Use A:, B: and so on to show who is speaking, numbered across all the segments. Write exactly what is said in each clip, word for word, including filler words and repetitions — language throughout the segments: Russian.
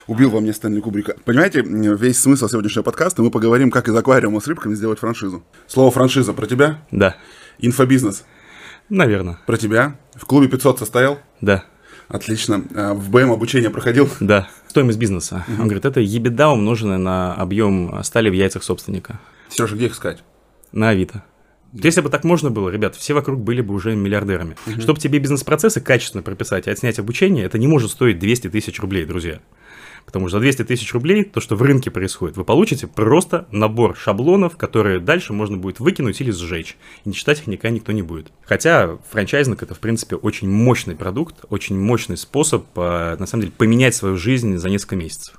A: Убил во мне Стэнли Кубрика. Понимаете, весь смысл сегодняшнего подкаста, мы поговорим, как из аквариума с рыбками сделать франшизу. Слово франшиза про тебя?
B: Да.
A: Инфобизнес?
B: Наверное.
A: Про тебя? В клубе пятьсот состоял?
B: Да.
A: Отлично. В БМ обучение проходил?
B: Да. Стоимость бизнеса. Uh-huh. Он говорит, это ебеда, умноженная на объем стали в яйцах собственника.
A: Сережа, где их искать?
B: На Авито. Если бы так можно было, ребят, все вокруг были бы уже миллиардерами. Uh-huh. Чтобы тебе бизнес-процессы качественно прописать и отснять обучение, это не может стоить двести тысяч рублей, друзья. Потому что за двести тысяч рублей, то, что в рынке происходит, вы получите просто набор шаблонов, которые дальше можно будет выкинуть или сжечь. И не читать их никогда никто не будет. Хотя франчайзинг – это, в принципе, очень мощный продукт, очень мощный способ, на самом деле, поменять свою жизнь за несколько месяцев.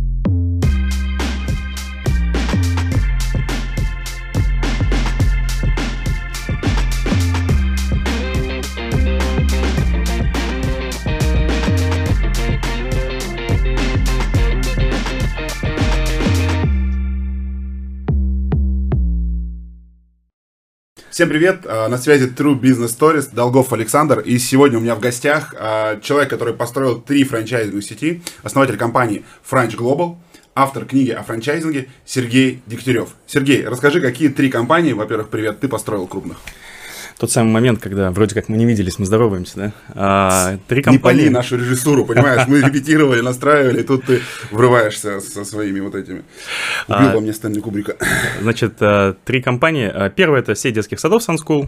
A: Всем привет, на связи True Business Stories, Долгов Александр, и сегодня у меня в гостях человек, который построил три франчайзинговые сети, основатель компании Franch Global, автор книги о франчайзинге Сергей Дегтярев. Сергей, расскажи, какие три компании, во-первых, привет, ты построил крупных?
B: Тот самый момент, когда вроде как мы не виделись, мы здороваемся, да? А, три компании...
A: Не пали нашу режиссуру, понимаешь? Мы репетировали, настраивали, и тут ты врываешься со своими вот этими. Убил а, во мне Стэнли Кубрика.
B: Значит, три компании. Первая – это сеть детских садов Sun School.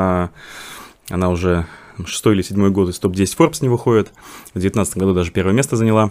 B: Она уже шестой или седьмой год из топ десять Forbes не выходит. В две тысячи девятнадцатом году даже первое место заняла.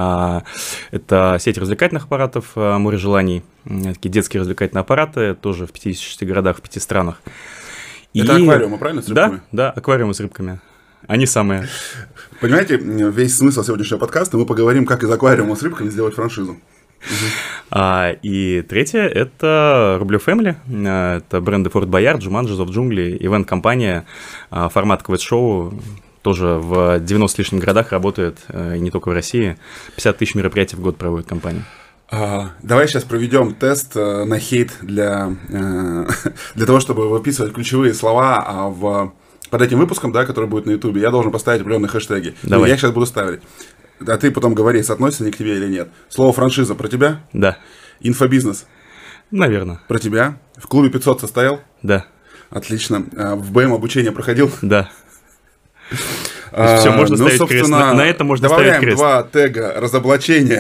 B: Это сеть развлекательных аппаратов «Море желаний». Такие детские развлекательные аппараты, тоже в пятидесяти шести городах, в пяти странах.
A: Это
B: и...
A: аквариумы, правильно, с рыбками?
B: Да, да, аквариумы с рыбками. Они самые.
A: Понимаете, весь смысл сегодняшнего подкаста, мы поговорим, как из аквариума с рыбками сделать франшизу. Угу.
B: А, и третье – это Рублев Family. Это бренды Форт Боярд, Джуманджи, Зов джунглей, ивент-компания, формат квест-шоу. Тоже в девяноста с лишним городах работает, и не только в России. пятьдесят тысяч мероприятий в год проводит компания.
A: А, давай сейчас проведем тест э, на хейт для, э, для того, чтобы выписывать ключевые слова а в, под этим выпуском, да, который будет на Ютубе. Я должен поставить определенные хэштеги.
B: Давай.
A: Я их сейчас буду ставить. А ты потом говори, соотносится они к тебе или нет. Слово франшиза про тебя?
B: Да.
A: Инфобизнес?
B: Наверное.
A: Про тебя? В клубе пятьсот состоял?
B: Да.
A: Отлично. А в БМ обучение проходил?
B: Да. А, все, можно ну, ставить крест. На, на это можно ставить крест.
A: Добавляем два тега: разоблачение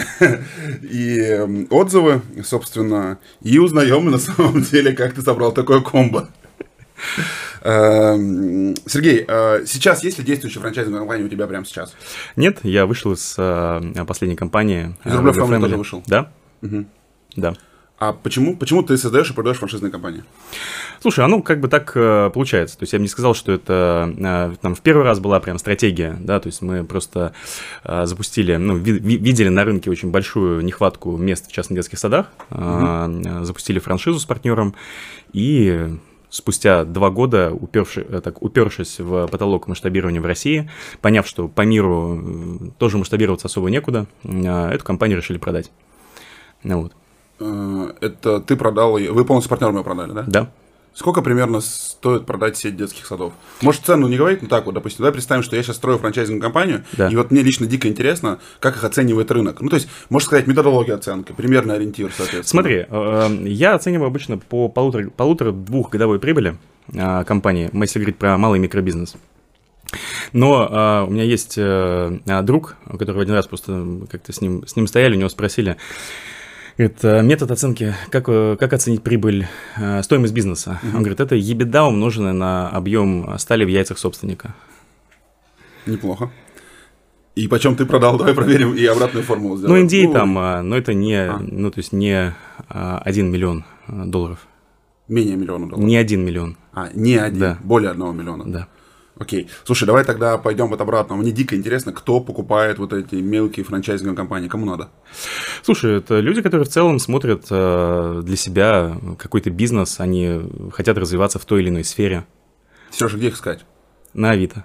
A: и отзывы, собственно, и узнаем на самом деле, как ты собрал такое комбо. Сергей, сейчас есть ли действующая франчайзинговая компания у тебя прямо сейчас?
B: Нет, я вышел из последней компании.
A: Из Рублев Family тоже вышел?
B: Да. Угу. Да.
A: А почему, почему ты создаешь и продаешь франшизные компании?
B: Слушай, а ну как бы так э, получается. То есть я бы не сказал, что это э, там, в первый раз была прям стратегия, да, то есть мы просто э, запустили, ну, ви- видели на рынке очень большую нехватку мест в частных детских садах, э, mm-hmm. запустили франшизу с партнером, и спустя два года, уперши, так, упершись в потолок масштабирования в России, поняв, что по миру тоже масштабироваться особо некуда, э, эту компанию решили продать. Ну, вот.
A: Это ты продал, вы полностью с партнерами продали, да?
B: Да.
A: Сколько примерно стоит продать сеть детских садов? Может, цену не говорить, но так вот, допустим, давай представим, что я сейчас строю франчайзинговую компанию, да. И вот мне лично дико интересно, как их оценивает рынок. Ну, то есть, можно сказать, методология оценки, примерный ориентир, соответственно.
B: Смотри, я оцениваю обычно по полутора, полутора-двух годовой прибыли компании, мы если говорить про малый микробизнес. Но а, у меня есть а, друг, у которого один раз просто как-то с ним, с ним стояли, у него спросили... Это метод оценки, как, как оценить прибыль, стоимость бизнеса. Uh-huh. Он говорит, это ебеда, умноженная на объем стали в яйцах собственника.
A: Неплохо. И почем ты продал? Давай проверим и обратную формулу сделаем.
B: Ну, Индии ну, там, но это не, а. ну, то есть не один миллион долларов.
A: Менее миллиона долларов?
B: Не один миллион.
A: А, не один,
B: да.
A: Более одного миллиона?
B: Да.
A: Окей. Слушай, давай тогда пойдем вот обратно. Мне дико интересно, кто покупает вот эти мелкие франчайзинговые компании. Кому надо?
B: Слушай, это люди, которые в целом смотрят э, для себя какой-то бизнес, они хотят развиваться в той или иной сфере.
A: Сережа, где их искать?
B: На Авито.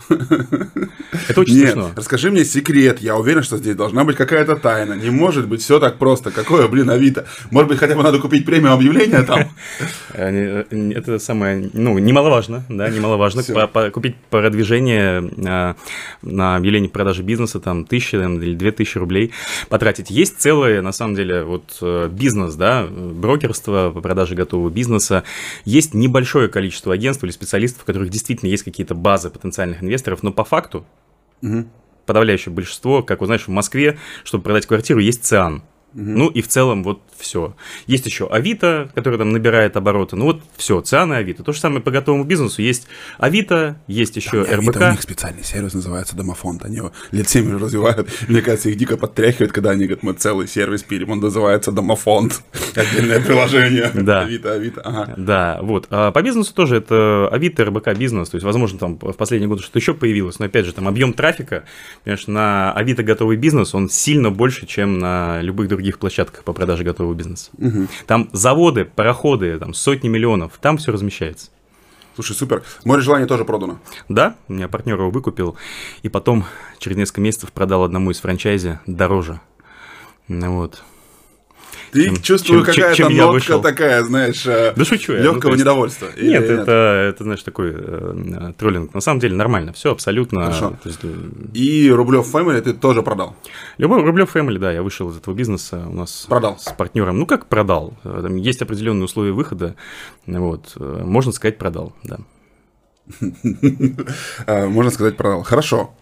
B: Это очень
A: Нет,
B: смешно.
A: Расскажи мне секрет. Я уверен, что здесь должна быть какая-то тайна. Не может быть все так просто. Какое, блин, Авито? Может быть, хотя бы надо купить премиум объявления там?
B: Это самое, ну, немаловажно, да, немаловажно. По, по, купить продвижение а, на объявление продажи бизнеса, там, тысяча там, или две тысячи рублей потратить. Есть целый, на самом деле, вот бизнес, да, брокерство по продаже готового бизнеса. Есть небольшое количество агентств или специалистов, у которых действительно есть какие-то базы потенциальных инвесторов, но по факту угу. подавляющее большинство, как вы знаете, в Москве, чтобы продать квартиру, есть ЦИАН. Угу. Ну и в целом вот все. Есть еще Авито, который там набирает обороты. Ну вот все, ЦИАН и Авито. То же самое по готовому бизнесу. Есть Авито, есть еще
A: там,
B: эр бэ ка.
A: Авито, у них специальный сервис называется Домофонд. Они его лет семь уже развивают. Мне кажется, их дико подтряхивают, когда они говорят, мы целый сервис пилим. Он называется Домофонд. Отдельное приложение.
B: Да.
A: Авито, Авито. Ага.
B: Да, вот. А по бизнесу тоже это Авито, эр бэ ка бизнес. То есть, возможно, там в последние годы что-то еще появилось. Но опять же, там объем трафика, конечно, на Авито готовый бизнес, он сильно больше, чем на любых других площадках по продаже готового бизнеса. Угу. Там заводы, пароходы, там сотни миллионов, там все размещается.
A: Слушай, супер. Море желания тоже продано.
B: Да, у меня партнер его выкупил, и потом через несколько месяцев продал одному из франчайзи дороже. Вот.
A: Ты
B: чем,
A: чувствую,
B: чем,
A: какая-то
B: чем
A: нотка такая, знаешь,
B: да шучу я.
A: легкого
B: ну, есть,
A: недовольства.
B: Нет, нет, это, это, знаешь, такой э, троллинг. На самом деле нормально, все абсолютно.
A: Хорошо.
B: То есть,
A: и Рублев Family ты тоже продал?
B: Любой Рублев Family, да, я вышел из этого бизнеса у нас
A: продал.
B: С партнером. Ну, как продал? Там есть определенные условия выхода. Вот, можно сказать, продал, да.
A: Можно сказать, продал. Хорошо.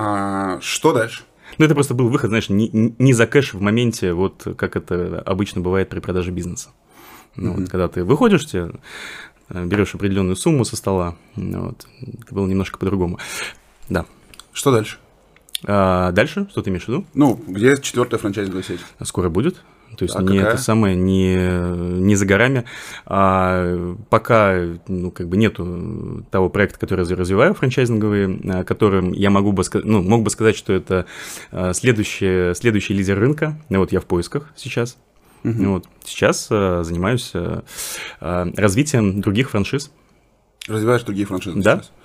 A: А что дальше?
B: Ну, это просто был выход, знаешь, не, не за кэш в моменте, вот как это обычно бывает при продаже бизнеса. Ну, mm-hmm. вот, когда ты выходишь, тебе берешь определенную сумму со стола, вот, это было немножко по-другому. Да.
A: Что дальше?
B: А дальше? Что ты имеешь в виду?
A: Ну, где четвертая франчайзинговая сеть?
B: Скоро будет. То есть
A: а
B: не
A: какая?
B: это самое, не, не за горами. А пока ну, как бы нету того проекта, который я развиваю, франчайзинговый, которым я могу бы, ну, мог бы сказать, что это следующий, следующий лидер рынка. Вот я в поисках сейчас. Угу. Вот. Сейчас занимаюсь развитием других франшиз.
A: Развиваешь другие франшизы
B: да?
A: сейчас?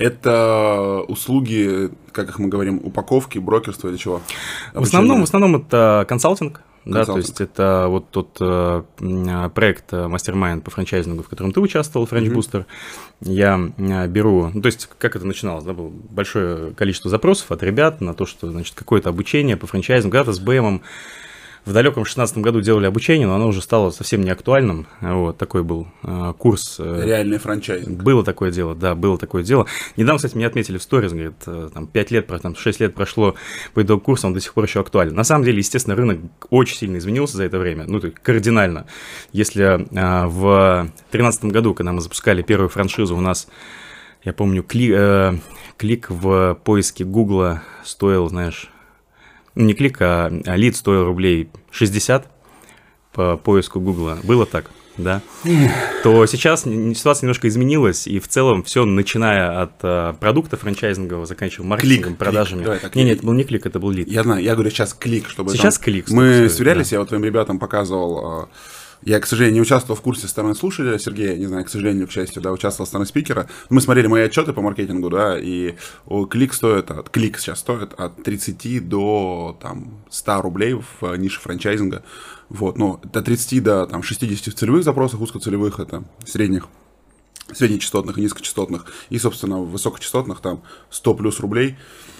A: Это услуги, как их мы говорим, упаковки, брокерства или чего?
B: В основном, в основном это консалтинг. Да, то есть это вот тот э, проект Mastermind по франчайзингу, в котором ты участвовал, French Booster. Mm-hmm. Я беру, ну, то есть как это начиналось, да, было большое количество запросов от ребят на то, что, значит, какое-то обучение по франчайзингу, когда-то с бэ эм в далеком шестнадцатом году делали обучение, но оно уже стало совсем неактуальным. Вот такой был э, курс. Э,
A: Реальный франчайзинг.
B: Было такое дело, да, было такое дело. Недавно, кстати, меня отметили в сторис, говорит, э, там пять лет, там шесть лет прошло по итогу курса, он до сих пор еще актуален. На самом деле, естественно, рынок очень сильно изменился за это время, ну, то есть кардинально. Если э, в две тысячи тринадцатом году, когда мы запускали первую франшизу, у нас, я помню, кли, э, клик в поиске Гугла стоил, знаешь, не клик, а лид стоил рублей шестьдесят по поиску Гугла. Было так, да? То сейчас ситуация немножко изменилась, и в целом все, начиная от а, продукта франчайзингового, заканчивая маркетингом, клик, продажами.
A: Клик. Давай,
B: нет, нет, это был не клик, это был лид.
A: Я знаю, я говорю сейчас клик, чтобы...
B: Сейчас
A: там...
B: клик.
A: Мы
B: стоит,
A: сверялись,
B: да.
A: Я вот твоим ребятам показывал... Я, к сожалению, не участвовал в курсе стороны слушателя, Сергея, не знаю, к сожалению, к счастью, да, участвовал в стороны спикера. Мы смотрели мои отчеты по маркетингу, да, и клик стоит, от, клик сейчас стоит от тридцати до, там, ста рублей в нише франчайзинга. Вот, ну, до тридцати до, там, шестидесяти в целевых запросах, узкоцелевых, это средних, среднечастотных и низкочастотных. И, собственно, в высокочастотных, там, сто плюс рублей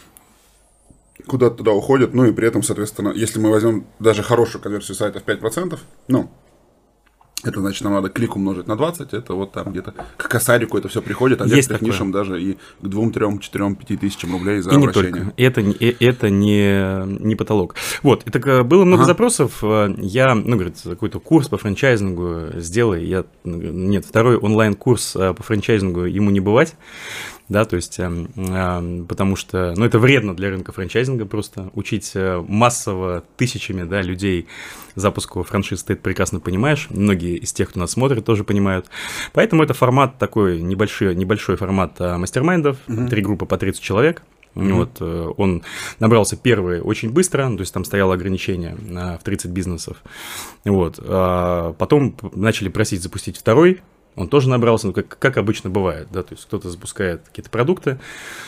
A: куда-то туда уходят, ну и при этом, соответственно, если мы возьмем даже хорошую конверсию сайтов пять процентов, ну, это значит, нам надо клик умножить на двадцать, это вот там где-то к косарику это все приходит, а некоторых нишам даже и к двум, трем, четырем, пяти тысячам рублей за
B: и
A: обращение.
B: Не только. Это, это не, не потолок. Вот, это было много ага. запросов, я, ну, говорит, какой-то курс по франчайзингу сделай, я, нет, второй онлайн-курс по франчайзингу ему не бывать. Да, то есть, э, э, потому что, ну, это вредно для рынка франчайзинга просто учить массово тысячами, да, людей запуску франшиз, ты это прекрасно понимаешь, многие из тех, кто нас смотрит, тоже понимают, поэтому это формат такой, небольшой, небольшой формат мастер-майндов, mm-hmm. три группы по тридцать человек. Mm-hmm. Вот, он набрался первый очень быстро, то есть там стояло ограничение в тридцать бизнесов, вот, а потом начали просить запустить второй. Он тоже набрался, ну, как, как обычно бывает, да, то есть кто-то запускает какие-то продукты,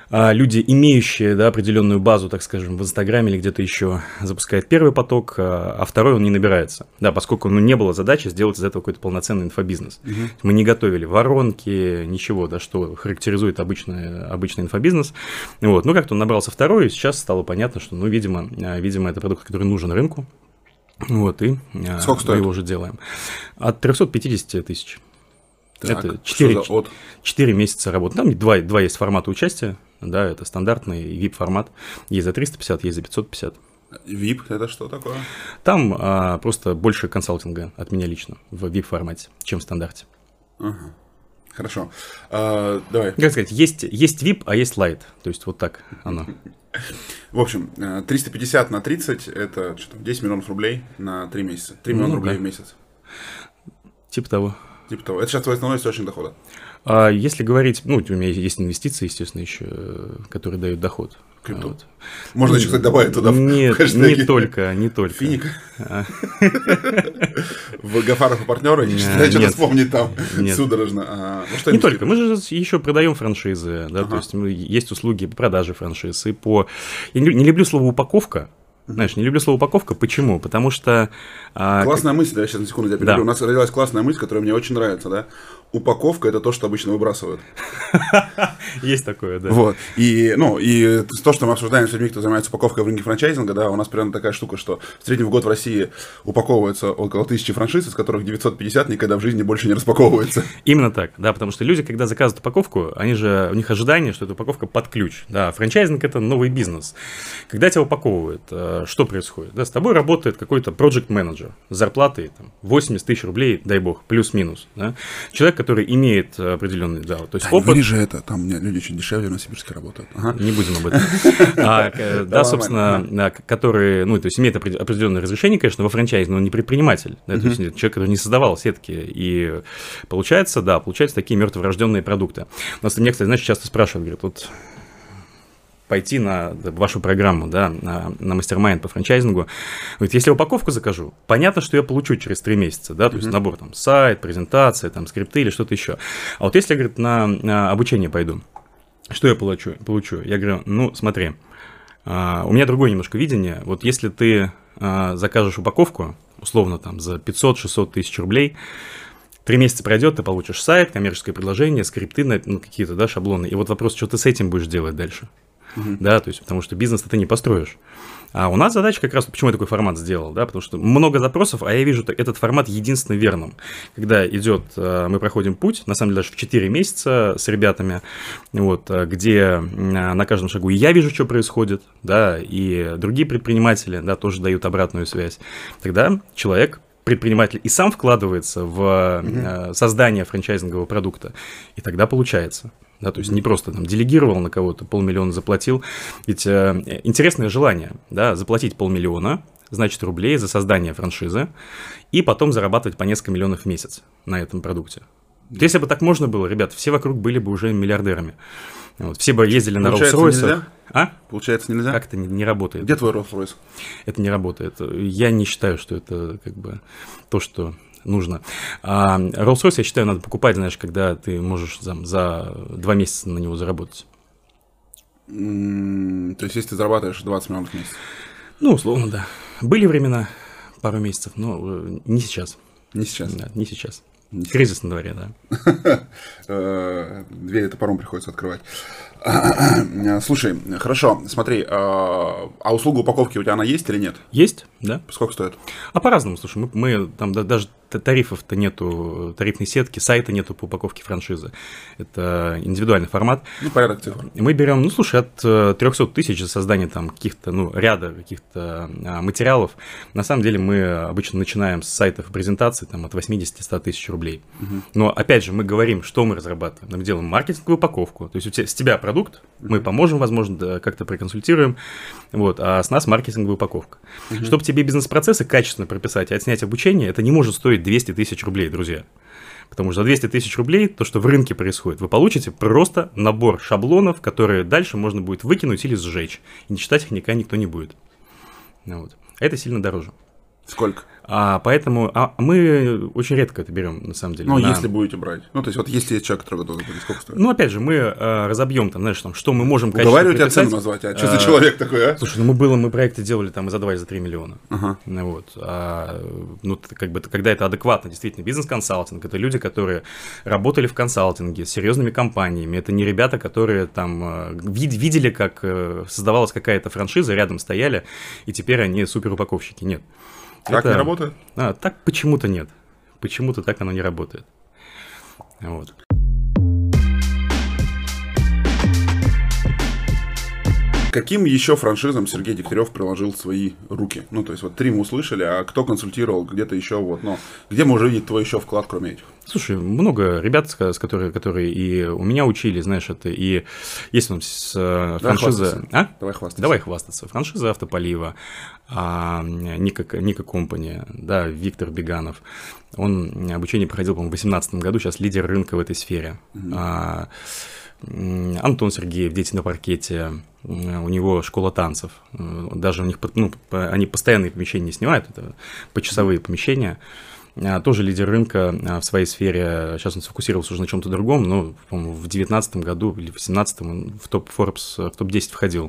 B: люди, имеющие, да, определенную базу, так скажем, в Инстаграме или где-то еще, запускает первый поток, а второй он не набирается. Да, поскольку ну, не было задачи сделать из этого какой-то полноценный инфобизнес. Угу. Мы не готовили воронки, ничего, да, что характеризует обычный, обычный инфобизнес. Вот. Ну, как-то он набрался второй, и сейчас стало понятно, что, ну, видимо, видимо, это продукт, который нужен рынку. Вот, и
A: Сколько
B: мы
A: стоит?
B: его уже делаем. От трёхсот пятидесяти тысяч.
A: Так,
B: это четыре,
A: от?
B: четыре месяца работы. Там два, два есть формата участия. Да, это стандартный ви ай пи-формат. Есть за триста пятьдесят, есть за пятьсот пятьдесят.
A: ви ай пи это что такое?
B: Там а, просто больше консалтинга от меня лично в ви ай пи-формате, чем в стандарте.
A: Ага. Хорошо. А, давай.
B: Как сказать, есть, есть ви ай пи, а есть Lite. То есть вот так оно.
A: В общем, триста пятьдесят на тридцать – это что, десять миллионов рублей на три месяца. три миллиона ну, рублей да. в месяц.
B: Типа того.
A: Типа того. Это сейчас твой основной источник дохода?
B: А если говорить, ну, у меня есть инвестиции, естественно, еще, которые дают доход.
A: Крипту. Вот. Можно ну, еще, кстати, добавить туда
B: нет,
A: в
B: не только, не только.
A: Финик. В Гафаров и партнеры, я что-то вспомнить там судорожно.
B: Не только, мы же еще продаем франшизы, да, то есть есть услуги по продаже франшиз. И по... Я не люблю слово упаковка. Знаешь, не люблю слово упаковка. Почему? Потому что...
A: Классная а, мысль, да, сейчас на секунду тебя перебью. Да. У нас родилась классная мысль, которая мне очень нравится, да. Упаковка – это то, что обычно выбрасывают.
B: Есть такое, да.
A: Вот. И, ну, и то, что мы обсуждаем с людьми, кто занимается упаковкой в рынке франчайзинга, да, у нас примерно такая штука, что в среднем в год в России упаковывается около тысячи франшиз, из которых девятьсот пятьдесят никогда в жизни больше не распаковывается.
B: Именно так, да, потому что люди, когда заказывают упаковку, они же, у них ожидание, что эта упаковка под ключ. Да, франчайзинг – это новый бизнес. Когда тебя упаковывают, что происходит? Да, с тобой работает какой-то проект-менеджер с зарплатой там, восемьдесят тысяч рублей, дай бог, плюс-минус. Да? Человек, который имеет определенный, да, то есть
A: да,
B: опыт.
A: Вырежи это, там у меня люди очень дешевле в Новосибирске работают. Ага.
B: Не будем об этом. а, да, собственно, который, ну, то есть имеет определенное разрешение, конечно, во франчайзе, но он не предприниматель. Да, то есть человек, который не создавал сетки. И получается, да, получаются такие мертворожденные продукты. У нас мне, кстати, знаешь, часто спрашивают, говорят, вот пойти на вашу программу, да, на, на мастер-майнд по франчайзингу. Говорит, если я упаковку закажу, понятно, что я получу через три месяца, да, то есть mm-hmm. набор там сайт, презентация, там скрипты или что-то еще. А вот если я, говорит, на, на обучение пойду, что я получу? получу? Я говорю, ну, смотри, а, у меня другое немножко видение. Вот если ты а, закажешь упаковку, условно, там, за пятьсот-шестьсот тысяч рублей, Три месяца пройдет, ты получишь сайт, коммерческое предложение, скрипты, ну, какие-то, да, шаблоны. И вот вопрос, что ты с этим будешь делать дальше. Uh-huh. Да, то есть, потому что бизнес ты не построишь. А у нас задача как раз, почему я такой формат сделал, да, потому что много запросов, а я вижу этот формат единственно верным. Когда идет, мы проходим путь, на самом деле даже в четыре месяца с ребятами, вот, где на каждом шагу и я вижу, что происходит, да, и другие предприниматели, да, тоже дают обратную связь. Тогда человек, предприниматель, и сам вкладывается в uh-huh. создание франчайзингового продукта, и тогда получается. Да, то есть не просто там делегировал на кого-то, полмиллиона заплатил. Ведь э, интересное желание, да, заплатить полмиллиона, значит, рублей за создание франшизы, и потом зарабатывать по несколько миллионов в месяц на этом продукте. Вот если бы так можно было, ребят, все вокруг были бы уже миллиардерами. Вот, все бы ездили на Rolls-Royce. А?
A: Получается, нельзя?
B: Как это не, не работает?
A: Где твой Rolls-Royce?
B: Это не работает. Я не считаю, что это как бы то, что нужно. А Rolls-Royce, я считаю, надо покупать, знаешь, когда ты можешь за, за два месяца на него заработать.
A: Mm, то есть, если ты зарабатываешь двадцать миллионов в месяц? Ну,
B: условно, да. Были времена, пару месяцев, но не сейчас.
A: Не сейчас?
B: Да, не сейчас. Кризис на дворе,
A: да. Двери топором приходится открывать. Слушай, хорошо, смотри, а услуга упаковки у тебя она есть или нет?
B: Есть, да.
A: Сколько стоит?
B: А по-разному, слушай, мы, мы там да, даже тарифов-то нету, тарифной сетки, сайта нету по упаковке франшизы. Это индивидуальный формат.
A: Ну, порядок цифр.
B: Мы берем, ну, слушай, от трехсот тысяч за создание там каких-то, ну, ряда каких-то а, материалов. На самом деле мы обычно начинаем с сайтов и презентаций там от восьмидесяти-ста тысяч рублей. Угу. Но, опять же, мы говорим, что мы разрабатываем. Мы делаем маркетинговую упаковку. То есть у тебя, с тебя продукт, угу. мы поможем, возможно, как-то проконсультируем, вот, а с нас маркетинговая упаковка. Угу. Чтобы тебе бизнес-процессы качественно прописать и отснять обучение, это не может стоить двести тысяч рублей, друзья. Потому что за двести тысяч рублей, то, что в рынке происходит, вы получите просто набор шаблонов, которые дальше можно будет выкинуть или сжечь. И не читать их никогда никто не будет. Вот. А это сильно дороже.
A: Сколько?
B: А, поэтому а мы очень редко это берем, на самом деле.
A: Ну,
B: на...
A: если будете брать. Ну, то есть, вот если есть человек, который готов заплатить, сколько стоит?
B: Ну, опять же, мы а, разобьем там, знаешь, там, что мы можем качественно
A: Уговариваю тебя цену назвать, а что за человек такой, а?
B: Слушай, ну мы было, мы проекты делали там и за два, и за три миллиона.
A: Ага.
B: Ну, вот. А, ну, как бы, когда это адекватно, действительно, бизнес-консалтинг, это люди, которые работали в консалтинге с серьезными компаниями, это не ребята, которые там вид видели, как создавалась какая-то франшиза, рядом стояли, и теперь они супер-упаковщики. Нет.
A: Так
B: это...
A: не работает?
B: А, так почему-то нет. Почему-то так оно не работает. Вот.
A: Каким еще франшизам Сергей Дегтярев приложил свои руки? Ну, то есть, вот три мы услышали, а кто консультировал где-то еще, вот, но где можно увидеть твой еще вклад, кроме этих?
B: Слушай, много ребят, с которые, которые и у меня учили, знаешь, это и есть у нас франшиза...
A: А? Давай хвастаться.
B: Давай хвастаться. Франшиза Автополива, а, Ника, Ника Компани, да, Виктор Беганов. Он обучение проходил, по-моему, в две тысячи восемнадцатом году, сейчас лидер рынка в этой сфере. Mm-hmm. А, Антон Сергеев, «Дети на паркете», у него школа танцев, даже у них, ну, они постоянные помещения снимают, это почасовые помещения, тоже лидер рынка в своей сфере, сейчас он сфокусировался уже на чем-то другом, но, по-моему, в две тысячи девятнадцатом году или в две тысячи восемнадцатом он в топ Forbes, в топ десять входил,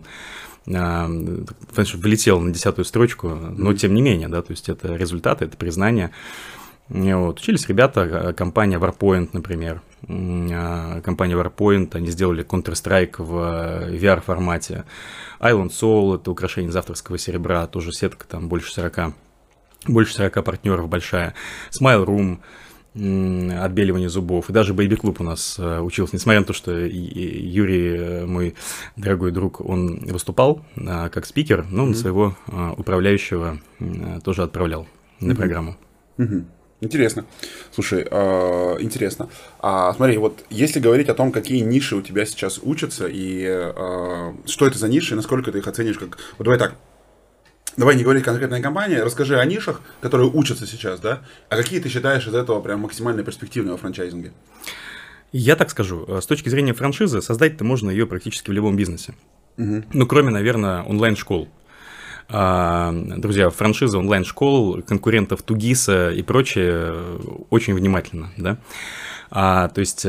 B: влетел на десятую строчку, но тем не менее, да, то есть это результаты, это признание. Вот. Учились ребята, компания Warpoint, например. Компания Warpoint, они сделали Counter-Strike в ви ар-формате. Island Soul, это украшение из авторского серебра, тоже сетка, там больше сорока, больше сорока партнеров большая. Smile Room, отбеливание зубов. И даже Baby Club у нас учился, несмотря на то, что Юрий, мой дорогой друг, он выступал как спикер, но он mm-hmm. своего управляющего тоже отправлял на mm-hmm. программу.
A: Mm-hmm. Интересно. Слушай, э, интересно. А, смотри, вот если говорить о том, какие ниши у тебя сейчас учатся, и э, что это за ниши, и насколько ты их оценишь как... Вот давай так, давай не говорить конкретная компания, расскажи о нишах, которые учатся сейчас, да? А какие ты считаешь из этого прям максимально перспективные во франчайзинге?
B: Я так скажу, с точки зрения франшизы, создать-то можно ее практически в любом бизнесе.
A: Угу.
B: Ну, кроме, наверное, онлайн-школ. Друзья, франшиза онлайн-школ, конкурентов Тугиса и прочее очень внимательно, да. А, то есть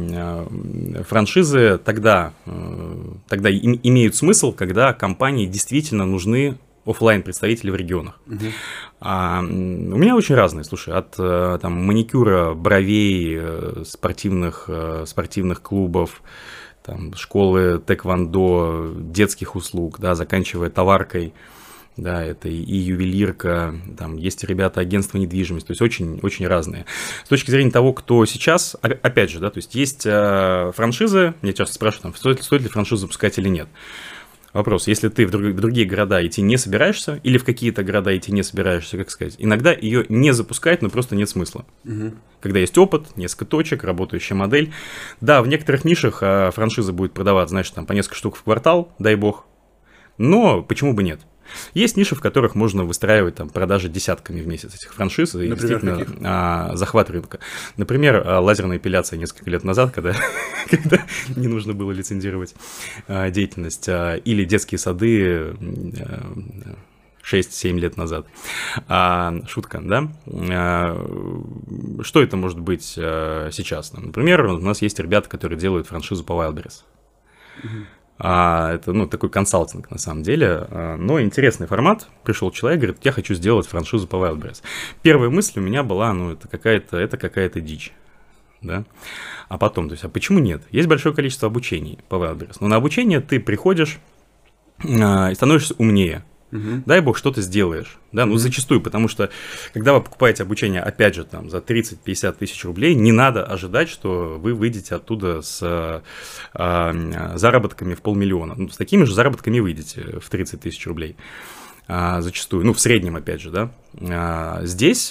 B: франшизы тогда, тогда им, имеют смысл, когда компании действительно нужны офлайн представители в регионах. Uh-huh. А, у меня очень разные, слушай, от там, маникюра, бровей, спортивных, спортивных клубов, там, школы тэквондо, детских услуг, да, заканчивая товаркой. Да, это и ювелирка, там есть ребята агентства недвижимости, то есть очень, очень разные. С точки зрения того, кто сейчас, опять же, да, то есть есть э, франшизы, меня часто спрашивают, там, стоит, стоит ли франшизу запускать или нет. Вопрос, если ты в, друг, в другие города идти не собираешься, или в какие-то города идти не собираешься, как сказать, иногда ее не запускать, но просто нет смысла.
A: Угу.
B: Когда есть опыт, несколько точек, работающая модель. Да, в некоторых нишах а, франшиза будет продавать, знаешь, там по несколько штук в квартал, дай бог, но почему бы нет? Есть ниши, в которых можно выстраивать там, продажи десятками в месяц этих франшиз, и действительно а, захват рынка. Например, а, лазерная эпиляция несколько лет назад, когда, когда не нужно было лицензировать а, деятельность, а, или детские сады а, шесть-семь лет назад. А, шутка, да? А, что это может быть а, сейчас? Например, у нас есть ребята, которые делают франшизу по Wildberries. Mm-hmm. А, это, ну, такой консалтинг, на самом деле, а, но интересный формат. Пришел человек, говорит, я хочу сделать франшизу по Wildberries. Первая мысль у меня была, ну, это какая-то, это какая-то дичь, да. А потом, то есть, а почему нет? Есть большое количество обучений по Wildberries, но на обучение ты приходишь а, и становишься умнее. Угу. Дай бог, что-то сделаешь, да, ну, угу. зачастую, потому что, когда вы покупаете обучение, опять же, там, за тридцать-пятьдесят тысяч рублей, не надо ожидать, что вы выйдете оттуда с а, заработками в полмиллиона, ну, с такими же заработками выйдете в тридцать тысяч рублей, а, зачастую, ну, в среднем, опять же, да, а, здесь...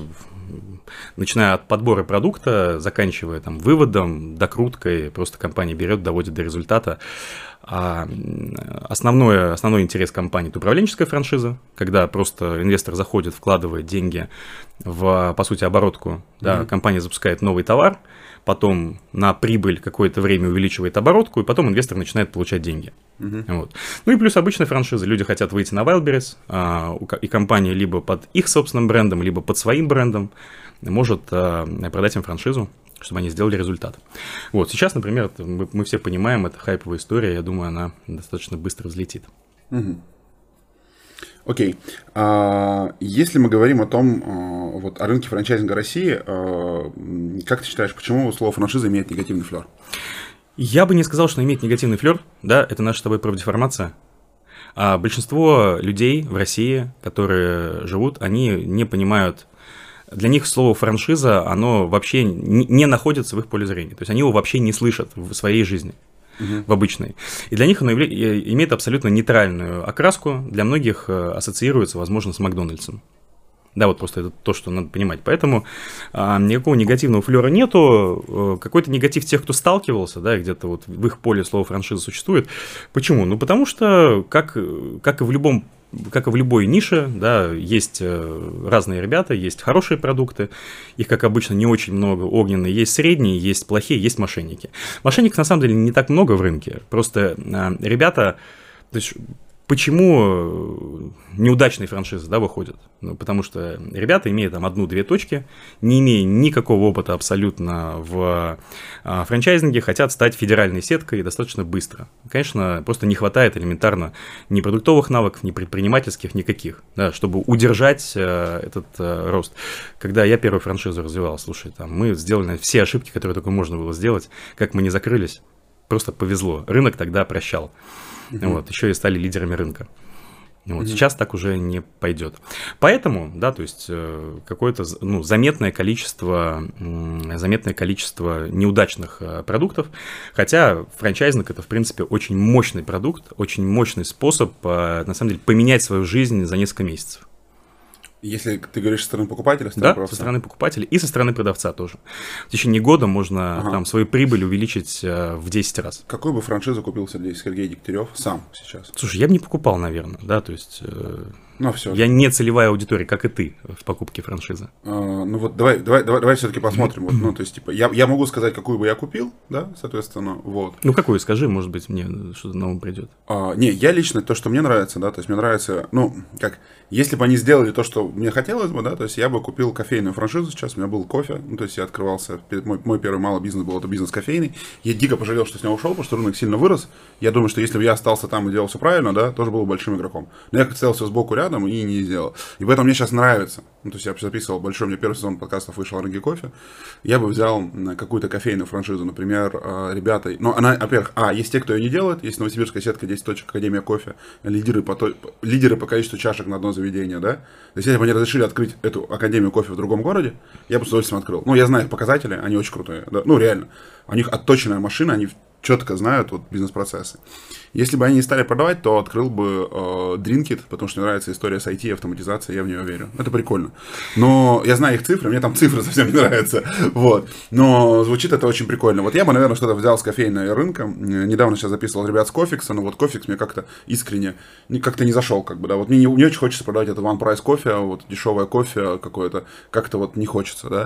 B: начиная от подбора продукта, заканчивая там выводом, докруткой, просто компания берет, доводит до результата. А основной, основной интерес компании – это управленческая франшиза, когда просто инвестор заходит, вкладывает деньги в, по сути, оборотку, mm-hmm. да, компания запускает новый товар, потом на прибыль какое-то время увеличивает оборотку, и потом инвестор начинает получать деньги. Mm-hmm. Вот. Ну и плюс обычная франшиза. Люди хотят выйти на Wildberries, а, и компания либо под их собственным брендом, либо под своим брендом может а, продать им франшизу, чтобы они сделали результат. Вот, сейчас, например, это, мы, мы все понимаем, это хайповая история, я думаю, она достаточно быстро взлетит.
A: Угу. Окей. А, если мы говорим о том, а, вот, о рынке франчайзинга России, а, как ты считаешь, почему слово франшиза имеет негативный флер?
B: Я бы не сказал, что имеет негативный флер, да, это наша с тобой профдеформация. А большинство людей в России, которые живут, они не понимают. Для них слово франшиза, оно вообще не находится в их поле зрения. То есть они его вообще не слышат в своей жизни, uh-huh. в обычной. И для них оно имеет абсолютно нейтральную окраску. Для многих ассоциируется, возможно, с Макдональдсом. Да, вот просто это то, что надо понимать. Поэтому а, никакого негативного флера нету. Какой-то негатив тех, кто сталкивался, да, где-то вот в их поле слово франшиза существует. Почему? Ну, потому что, как, как и в любом Как и в любой нише, да, есть разные ребята, есть хорошие продукты, их, как обычно, не очень много, огненные, есть средние, есть плохие, есть мошенники. Мошенников, на самом деле, не так много в рынке, просто ребята, то есть, почему неудачные франшизы, да, выходят? Ну, потому что ребята, имея там одну-две точки, не имея никакого опыта абсолютно в а, франчайзинге, хотят стать федеральной сеткой достаточно быстро. Конечно, просто не хватает элементарно ни продуктовых навыков, ни предпринимательских, никаких, да, чтобы удержать а, этот а, рост. Когда я первую франшизу развивал, слушай, там, мы сделали все ошибки, которые только можно было сделать, как мы не закрылись, просто повезло. Рынок тогда прощал. Uh-huh. Вот, еще и стали лидерами рынка. Вот, uh-huh. Сейчас так уже не пойдет. Поэтому, да, то есть какое-то, ну, заметное количество, заметное количество неудачных продуктов, хотя франчайзинг это, в принципе, очень мощный продукт, очень мощный способ, на самом деле, поменять свою жизнь за несколько месяцев.
A: Если ты говоришь со стороны покупателя, со стороны
B: да, со стороны покупателя и со стороны продавца тоже. В течение года можно ага. там свою прибыль увеличить э, в десять раз.
A: Какую бы франшизу купил Сергей, Сергей Дегтярев сам сейчас?
B: Слушай, я бы не покупал, наверное, да, то есть... Э,
A: ну, все.
B: Я не целевая аудитория, как и ты, в покупке франшизы.
A: А, ну вот давай, давай, давай, давай все-таки посмотрим. Вот, ну, то есть, типа, я, я могу сказать, какую бы я купил, да, соответственно, вот.
B: Ну, какую, скажи, может быть, мне что-то на ум придет.
A: А, не, я лично то, что мне нравится, да, то есть мне нравится, ну, как, если бы они сделали то, что мне хотелось бы, да, то есть я бы купил кофейную франшизу сейчас, у меня был кофе, ну, то есть я открывался, мой, мой первый малый бизнес был, это бизнес кофейный, я дико пожалел, что с него ушел, потому что рынок сильно вырос, я думаю, что если бы я остался там и делал все правильно, да, тоже был большим игроком, но я как-то стоял все сбоку рядом и не сделал, и поэтому мне сейчас нравится, ну, то есть я записывал большой, у меня первый сезон подкастов вышел о рынке кофе, я бы взял какую-то кофейную франшизу, например, ребята, ну, она, во-первых, а, есть те, кто ее не делает, есть новосибирская сетка десять точек Академия кофе, лидеры по, той, лидеры по количеству чашек на одно заведение, да, то есть если бы они разрешили открыть эту Академию кофе в другом городе, я бы с удовольствием открыл. Ну, я знаю их показатели, они очень крутые. Да? Ну, реально. У них отточенная машина, они четко знают вот, бизнес-процессы. Если бы они не стали продавать, то открыл бы э, Drinkit, потому что мне нравится история с ай ти, автоматизацией, я в нее верю. Это прикольно. Но я знаю их цифры, мне там цифры совсем не нравятся. Вот. Но звучит это очень прикольно. Вот я бы, наверное, что-то взял с кофейной рынка. Недавно сейчас записывал ребят с Кофикса, но вот Кофикс мне как-то искренне как-то не зашел. Как бы, да. Вот мне не, не очень хочется продавать это one price кофе, а вот дешевое кофе какое-то, как-то вот не хочется, да.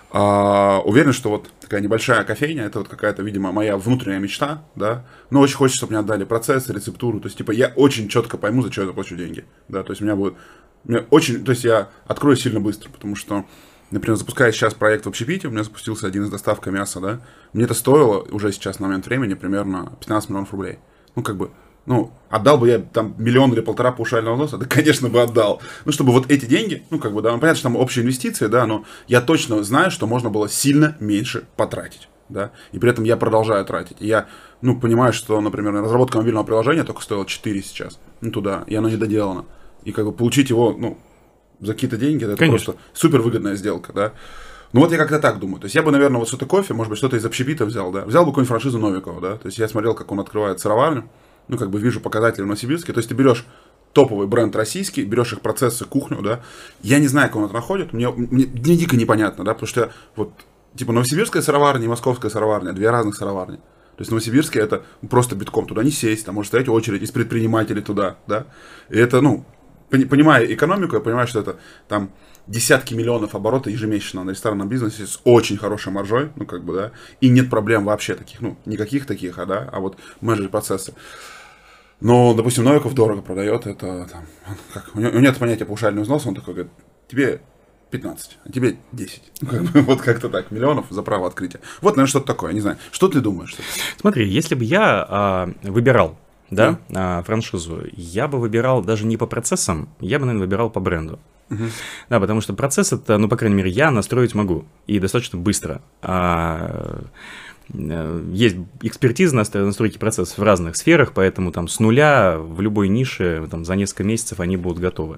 A: А, уверен, что вот такая небольшая кофейня, это вот какая-то, видимо, моя внутренняя мечта, да, но очень хочется, чтобы мне отдали процесс, рецептуру, то есть, типа, я очень четко пойму, за что я заплачу деньги, да, то есть, у меня будет, у меня очень, то есть, я открою сильно быстро, потому что, например, запуская сейчас проект в общепите, у меня запустился один из доставка мяса, да, мне это стоило уже сейчас на момент времени примерно пятнадцать миллионов рублей, ну, как бы, ну, отдал бы я там миллион или полтора паушального взноса, да, конечно, бы отдал. Ну, чтобы вот эти деньги, ну, как бы, да, ну, понятно, что там общие инвестиции, да, но я точно знаю, что можно было сильно меньше потратить, да, и при этом я продолжаю тратить. И я, ну, понимаю, что, например, разработка мобильного приложения только стоила четыре сейчас, ну, туда, и оно не доделано. И как бы получить его, ну, за какие-то деньги, это конечно. Просто супер выгодная сделка, да. Ну, вот я как-то так думаю. То есть я бы, наверное, вот что-то кофе, может быть, что-то из общепита взял, да. Взял бы какую-нибудь франшизу Новикова, да. То есть я смотрел, как он открывает сыроварню. Ну, как бы вижу показатели в Новосибирске. То есть ты берешь топовый бренд российский, берешь их процессы, кухню, да. Я не знаю, как он это находит. Мне, мне, мне дико непонятно, да, потому что вот, типа, Новосибирская сыроварня и Московская сыроварня, две разных сыроварни. То есть в Новосибирске это просто битком, туда не сесть, там может стоять очередь из предпринимателей туда, да. И это, ну, понимая экономику, я понимаю, что это там десятки миллионов оборотов ежемесячно на ресторанном бизнесе с очень хорошей маржой, ну, как бы, да, и нет проблем вообще таких, ну, никаких таких, а, да, а вот менеджер процесса. Но, допустим, Новиков дорого продает, это, там, как, у него нет понятия паушального взноса, он такой говорит, тебе пятнадцать, а тебе десять. Как бы, вот как-то так, миллионов за право открытия. Вот, наверное, что-то такое, не знаю. Что ты думаешь?
B: Смотри, если бы я а, выбирал, да, а, франшизу, я бы выбирал даже не по процессам, я бы, наверное, выбирал по бренду. Uh-huh. Да, потому что процесс это, ну, по крайней мере, я настроить могу, и достаточно быстро. А, есть экспертиза настройки процессов в разных сферах, поэтому там с нуля в любой нише там, за несколько месяцев они будут готовы.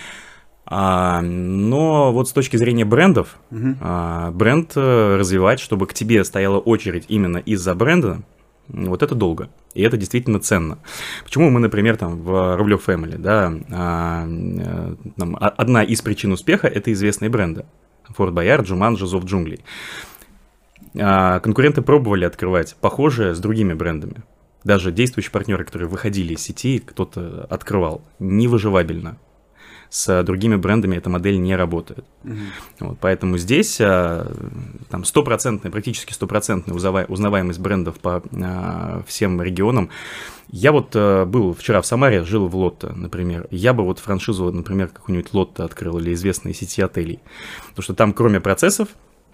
B: А, но вот с точки зрения брендов, uh-huh. а, бренд развивать, чтобы к тебе стояла очередь именно из-за бренда, вот это долго, и это действительно ценно. Почему мы, например, там в Рублев Family, да, а, там, одна из причин успеха – это известные бренды. Форт Боярд, Джуманджи, Зов джунглей. А, конкуренты пробовали открывать похожие с другими брендами. Даже действующие партнеры, которые выходили из сети, кто-то открывал, невыживабельно. С другими брендами эта модель не работает. Mm-hmm. Вот, поэтому здесь а, там стопроцентная, практически стопроцентная узнаваемость брендов по а, всем регионам. Я вот а, был вчера в Самаре, жил в Лотто, например. Я бы вот франшизу, например, какую-нибудь Лотто открыл или известные сети отелей. Потому что там, кроме процессов,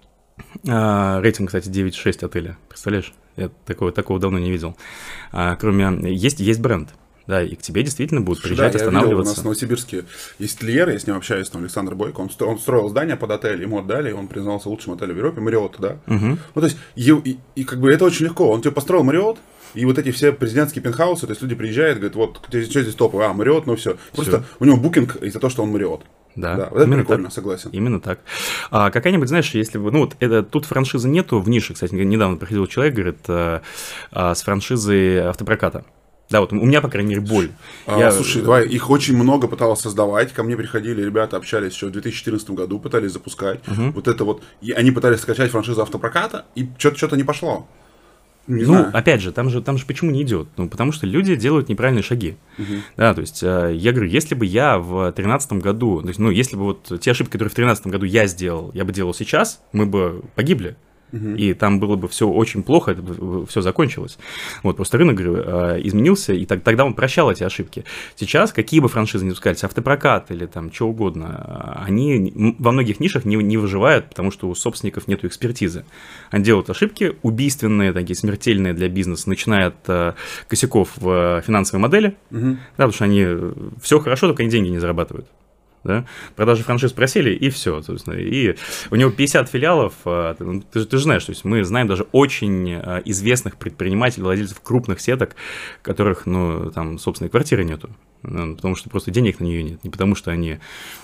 B: а, рейтинг, кстати, девять целых шесть десятых отеля. Представляешь? Я такого, такого давно не видел. А, кроме... Есть, есть бренд. Да, и к тебе действительно будут Слушай, приезжать, да, останавливаться. Я видел, у
A: нас в Новосибирске есть клиер, я с ним общаюсь, там, Александр Бойко, он, он строил здание под отель, ему отдали, и он признался лучшим отелем в Европе, Мариотт, да. Угу. Ну, то есть, и, и, и как бы это очень легко, он тебе построил Мариотт, и вот эти все президентские пентхаусы, то есть люди приезжают, говорят, вот, что здесь топовый, а, Мариотт, ну все. Просто все. У него букинг из-за того, что он Мариотт.
B: Да,
A: да, вот это прикольно,
B: так.
A: Согласен.
B: Именно так. А какая-нибудь, знаешь, если бы, ну вот это, тут франшизы нету в нише, кстати, недавно приходил человек, говорит, а, а, с франшизой автопроката. Да, вот у меня, по крайней мере, боль.
A: А, я... Слушай, давай, их очень много пыталось создавать. Ко мне приходили ребята, общались еще в две тысячи четырнадцатом году, пытались запускать. Uh-huh. Вот это вот. И они пытались скачать франшизу автопроката, и что-то, что-то не пошло. Не
B: ну, знаю. Опять же, там же, там же почему не идет? Ну, потому что люди делают неправильные шаги. Uh-huh. Да, то есть, я говорю, если бы я в две тысячи тринадцатом году, то есть, ну, если бы вот те ошибки, которые в две тысячи тринадцатом году я сделал, я бы делал сейчас, мы бы погибли. И там было бы все очень плохо, это бы все закончилось. Вот, просто рынок, говорю, изменился, и так, тогда он прощал эти ошибки. Сейчас, какие бы франшизы ни запускались, автопрокат или там что угодно, они во многих нишах не, не выживают, потому что у собственников нет экспертизы. Они делают ошибки убийственные, такие смертельные для бизнеса, начиная от косяков в финансовой модели, угу. да, потому что они все хорошо, только они деньги не зарабатывают. Да? Продажи франшиз просели, и все. Собственно. И у него пятьдесят филиалов. Ты же, ты же знаешь, то есть мы знаем даже очень известных предпринимателей, владельцев крупных сеток, которых, ну, там, собственной квартиры нету. Потому что просто денег на нее нет. Не потому что они,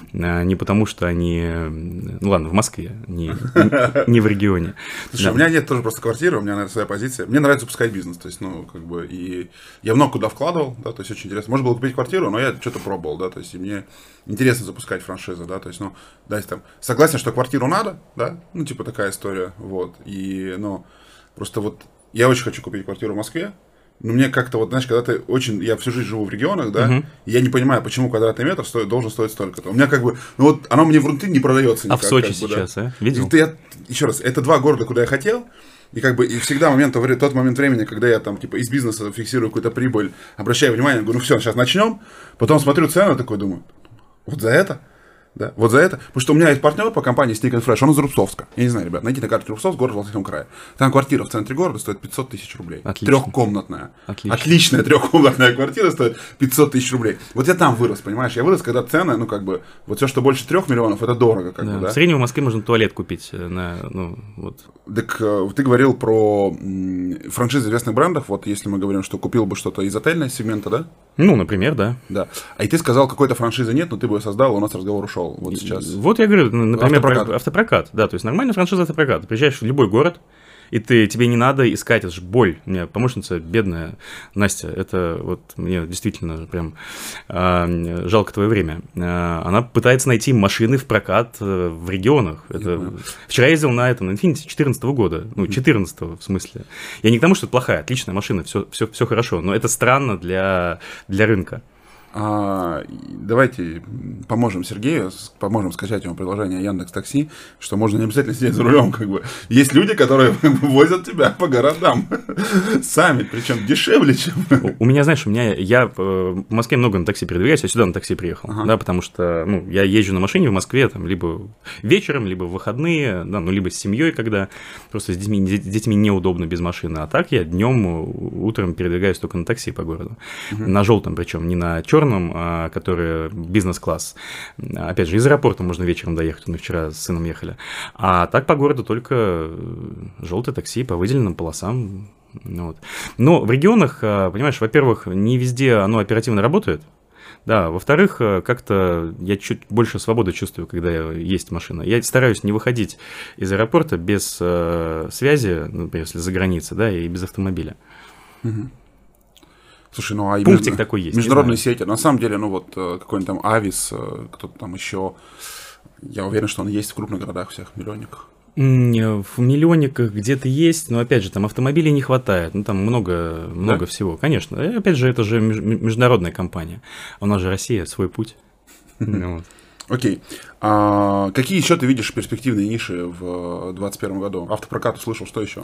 B: не потому что они, ну ладно, в Москве, не, не в регионе.
A: Слушай, да. У меня нет тоже просто квартиры, у меня, наверное, своя позиция. Мне нравится запускать бизнес. То есть, ну, как бы, и я много куда вкладывал, да, то есть очень интересно. Можно было купить квартиру, но я что-то пробовал, да, то есть, и мне интересно запускать франшизы, да, то есть, ну, да, там, согласен, что квартиру надо, да, ну, типа такая история, вот, и, ну, просто вот, я очень хочу купить квартиру в Москве, но мне как-то, вот, знаешь, когда ты очень, я всю жизнь живу в регионах, да, uh-huh. и я не понимаю, почему квадратный метр стоит, должен стоить столько-то, у меня как бы, ну, вот, оно мне в Рунты не продается никак.
B: А в Сочи
A: как бы,
B: сейчас,
A: да.
B: а, видел?
A: И ты, я, еще раз, это два города, куда я хотел. И как бы и всегда момент, тот момент времени, когда я там типа из бизнеса фиксирую какую-то прибыль, обращаю внимание, говорю, ну все, сейчас начнем. Потом смотрю цену, такой думаю, вот за это? Да, вот за это. Потому что у меня есть партнер по компании Sneak and Fresh, он из Рубцовска. Я не знаю, ребят, найди на карте Рубцовск, город в Алтайском крае. Там квартира в центре города стоит пятьсот тысяч рублей.
B: Отлично.
A: Трехкомнатная.
B: Отлично.
A: Отличная трехкомнатная квартира стоит пятьсот тысяч рублей. Вот я там вырос, понимаешь? Я вырос, когда цены, ну как бы, вот все, что больше трех миллионов, это дорого. Как
B: да.
A: бы, да?
B: В среднем в Москве можно туалет купить. На, ну, вот.
A: Так ты говорил про франшизы известных брендов. Вот если мы говорим, что купил бы что-то из отельного сегмента, да?
B: Ну, например, да.
A: Да. А и ты сказал, какой-то франшизы нет, но ты бы ее создал, у нас разговор ушел вот сейчас.
B: Вот я говорю, например,
A: автопрокат.
B: Про автопрокат. Да, то есть нормальная франшиза автопроката. Приезжаешь в любой город, И ты, тебе не надо искать, это же боль. У меня помощница бедная, Настя, это вот мне действительно прям э, жалко твое время. Э, она пытается найти машины в прокат э, в регионах. Это... Вчера ездил на этом, на Infiniti четырнадцатого года, ну, четырнадцатого в смысле. Я не к тому, что это плохая, отличная машина, все, все, все хорошо, но это странно для, для рынка.
A: А, давайте поможем Сергею, поможем скачать ему приложение Яндекс.Такси, что можно не обязательно сидеть за рулем, как бы. Есть люди, которые возят тебя по городам сами, причем дешевле, чем...
B: У меня, знаешь, у меня, я в Москве много на такси передвигаюсь, я сюда на такси приехал, ага. да, потому что, ну, я езжу на машине в Москве, там, либо вечером, либо в выходные, да, ну, либо с семьей, когда просто с детьми, с детьми неудобно без машины, а так я днем, утром передвигаюсь только на такси по городу, угу. на желтом, причем не на черном, который бизнес-класс. Опять же, из аэропорта можно вечером доехать, мы вчера с сыном ехали. А так по городу только желтое такси по выделенным полосам. Вот. Но в регионах, понимаешь, во-первых, не везде оно оперативно работает. Да, во-вторых, как-то я чуть больше свободы чувствую, когда есть машина. Я стараюсь не выходить из аэропорта без э, связи, например, если за границей, да, и без автомобиля.
A: Угу. Слушай, ну а
B: пунктик между... такой есть.
A: Международные сети, на самом деле, ну вот какой-нибудь там Авис, кто-то там еще, я уверен, что он есть в крупных городах всех, миллионниках.
B: В миллионниках где-то есть, но опять же, там автомобилей не хватает, ну там много, много да? всего, конечно. И, опять же, это же международная компания, у нас же Россия, свой путь.
A: Окей. А какие еще ты видишь перспективные ниши в двадцать первом году? Автопрокат услышал, что еще?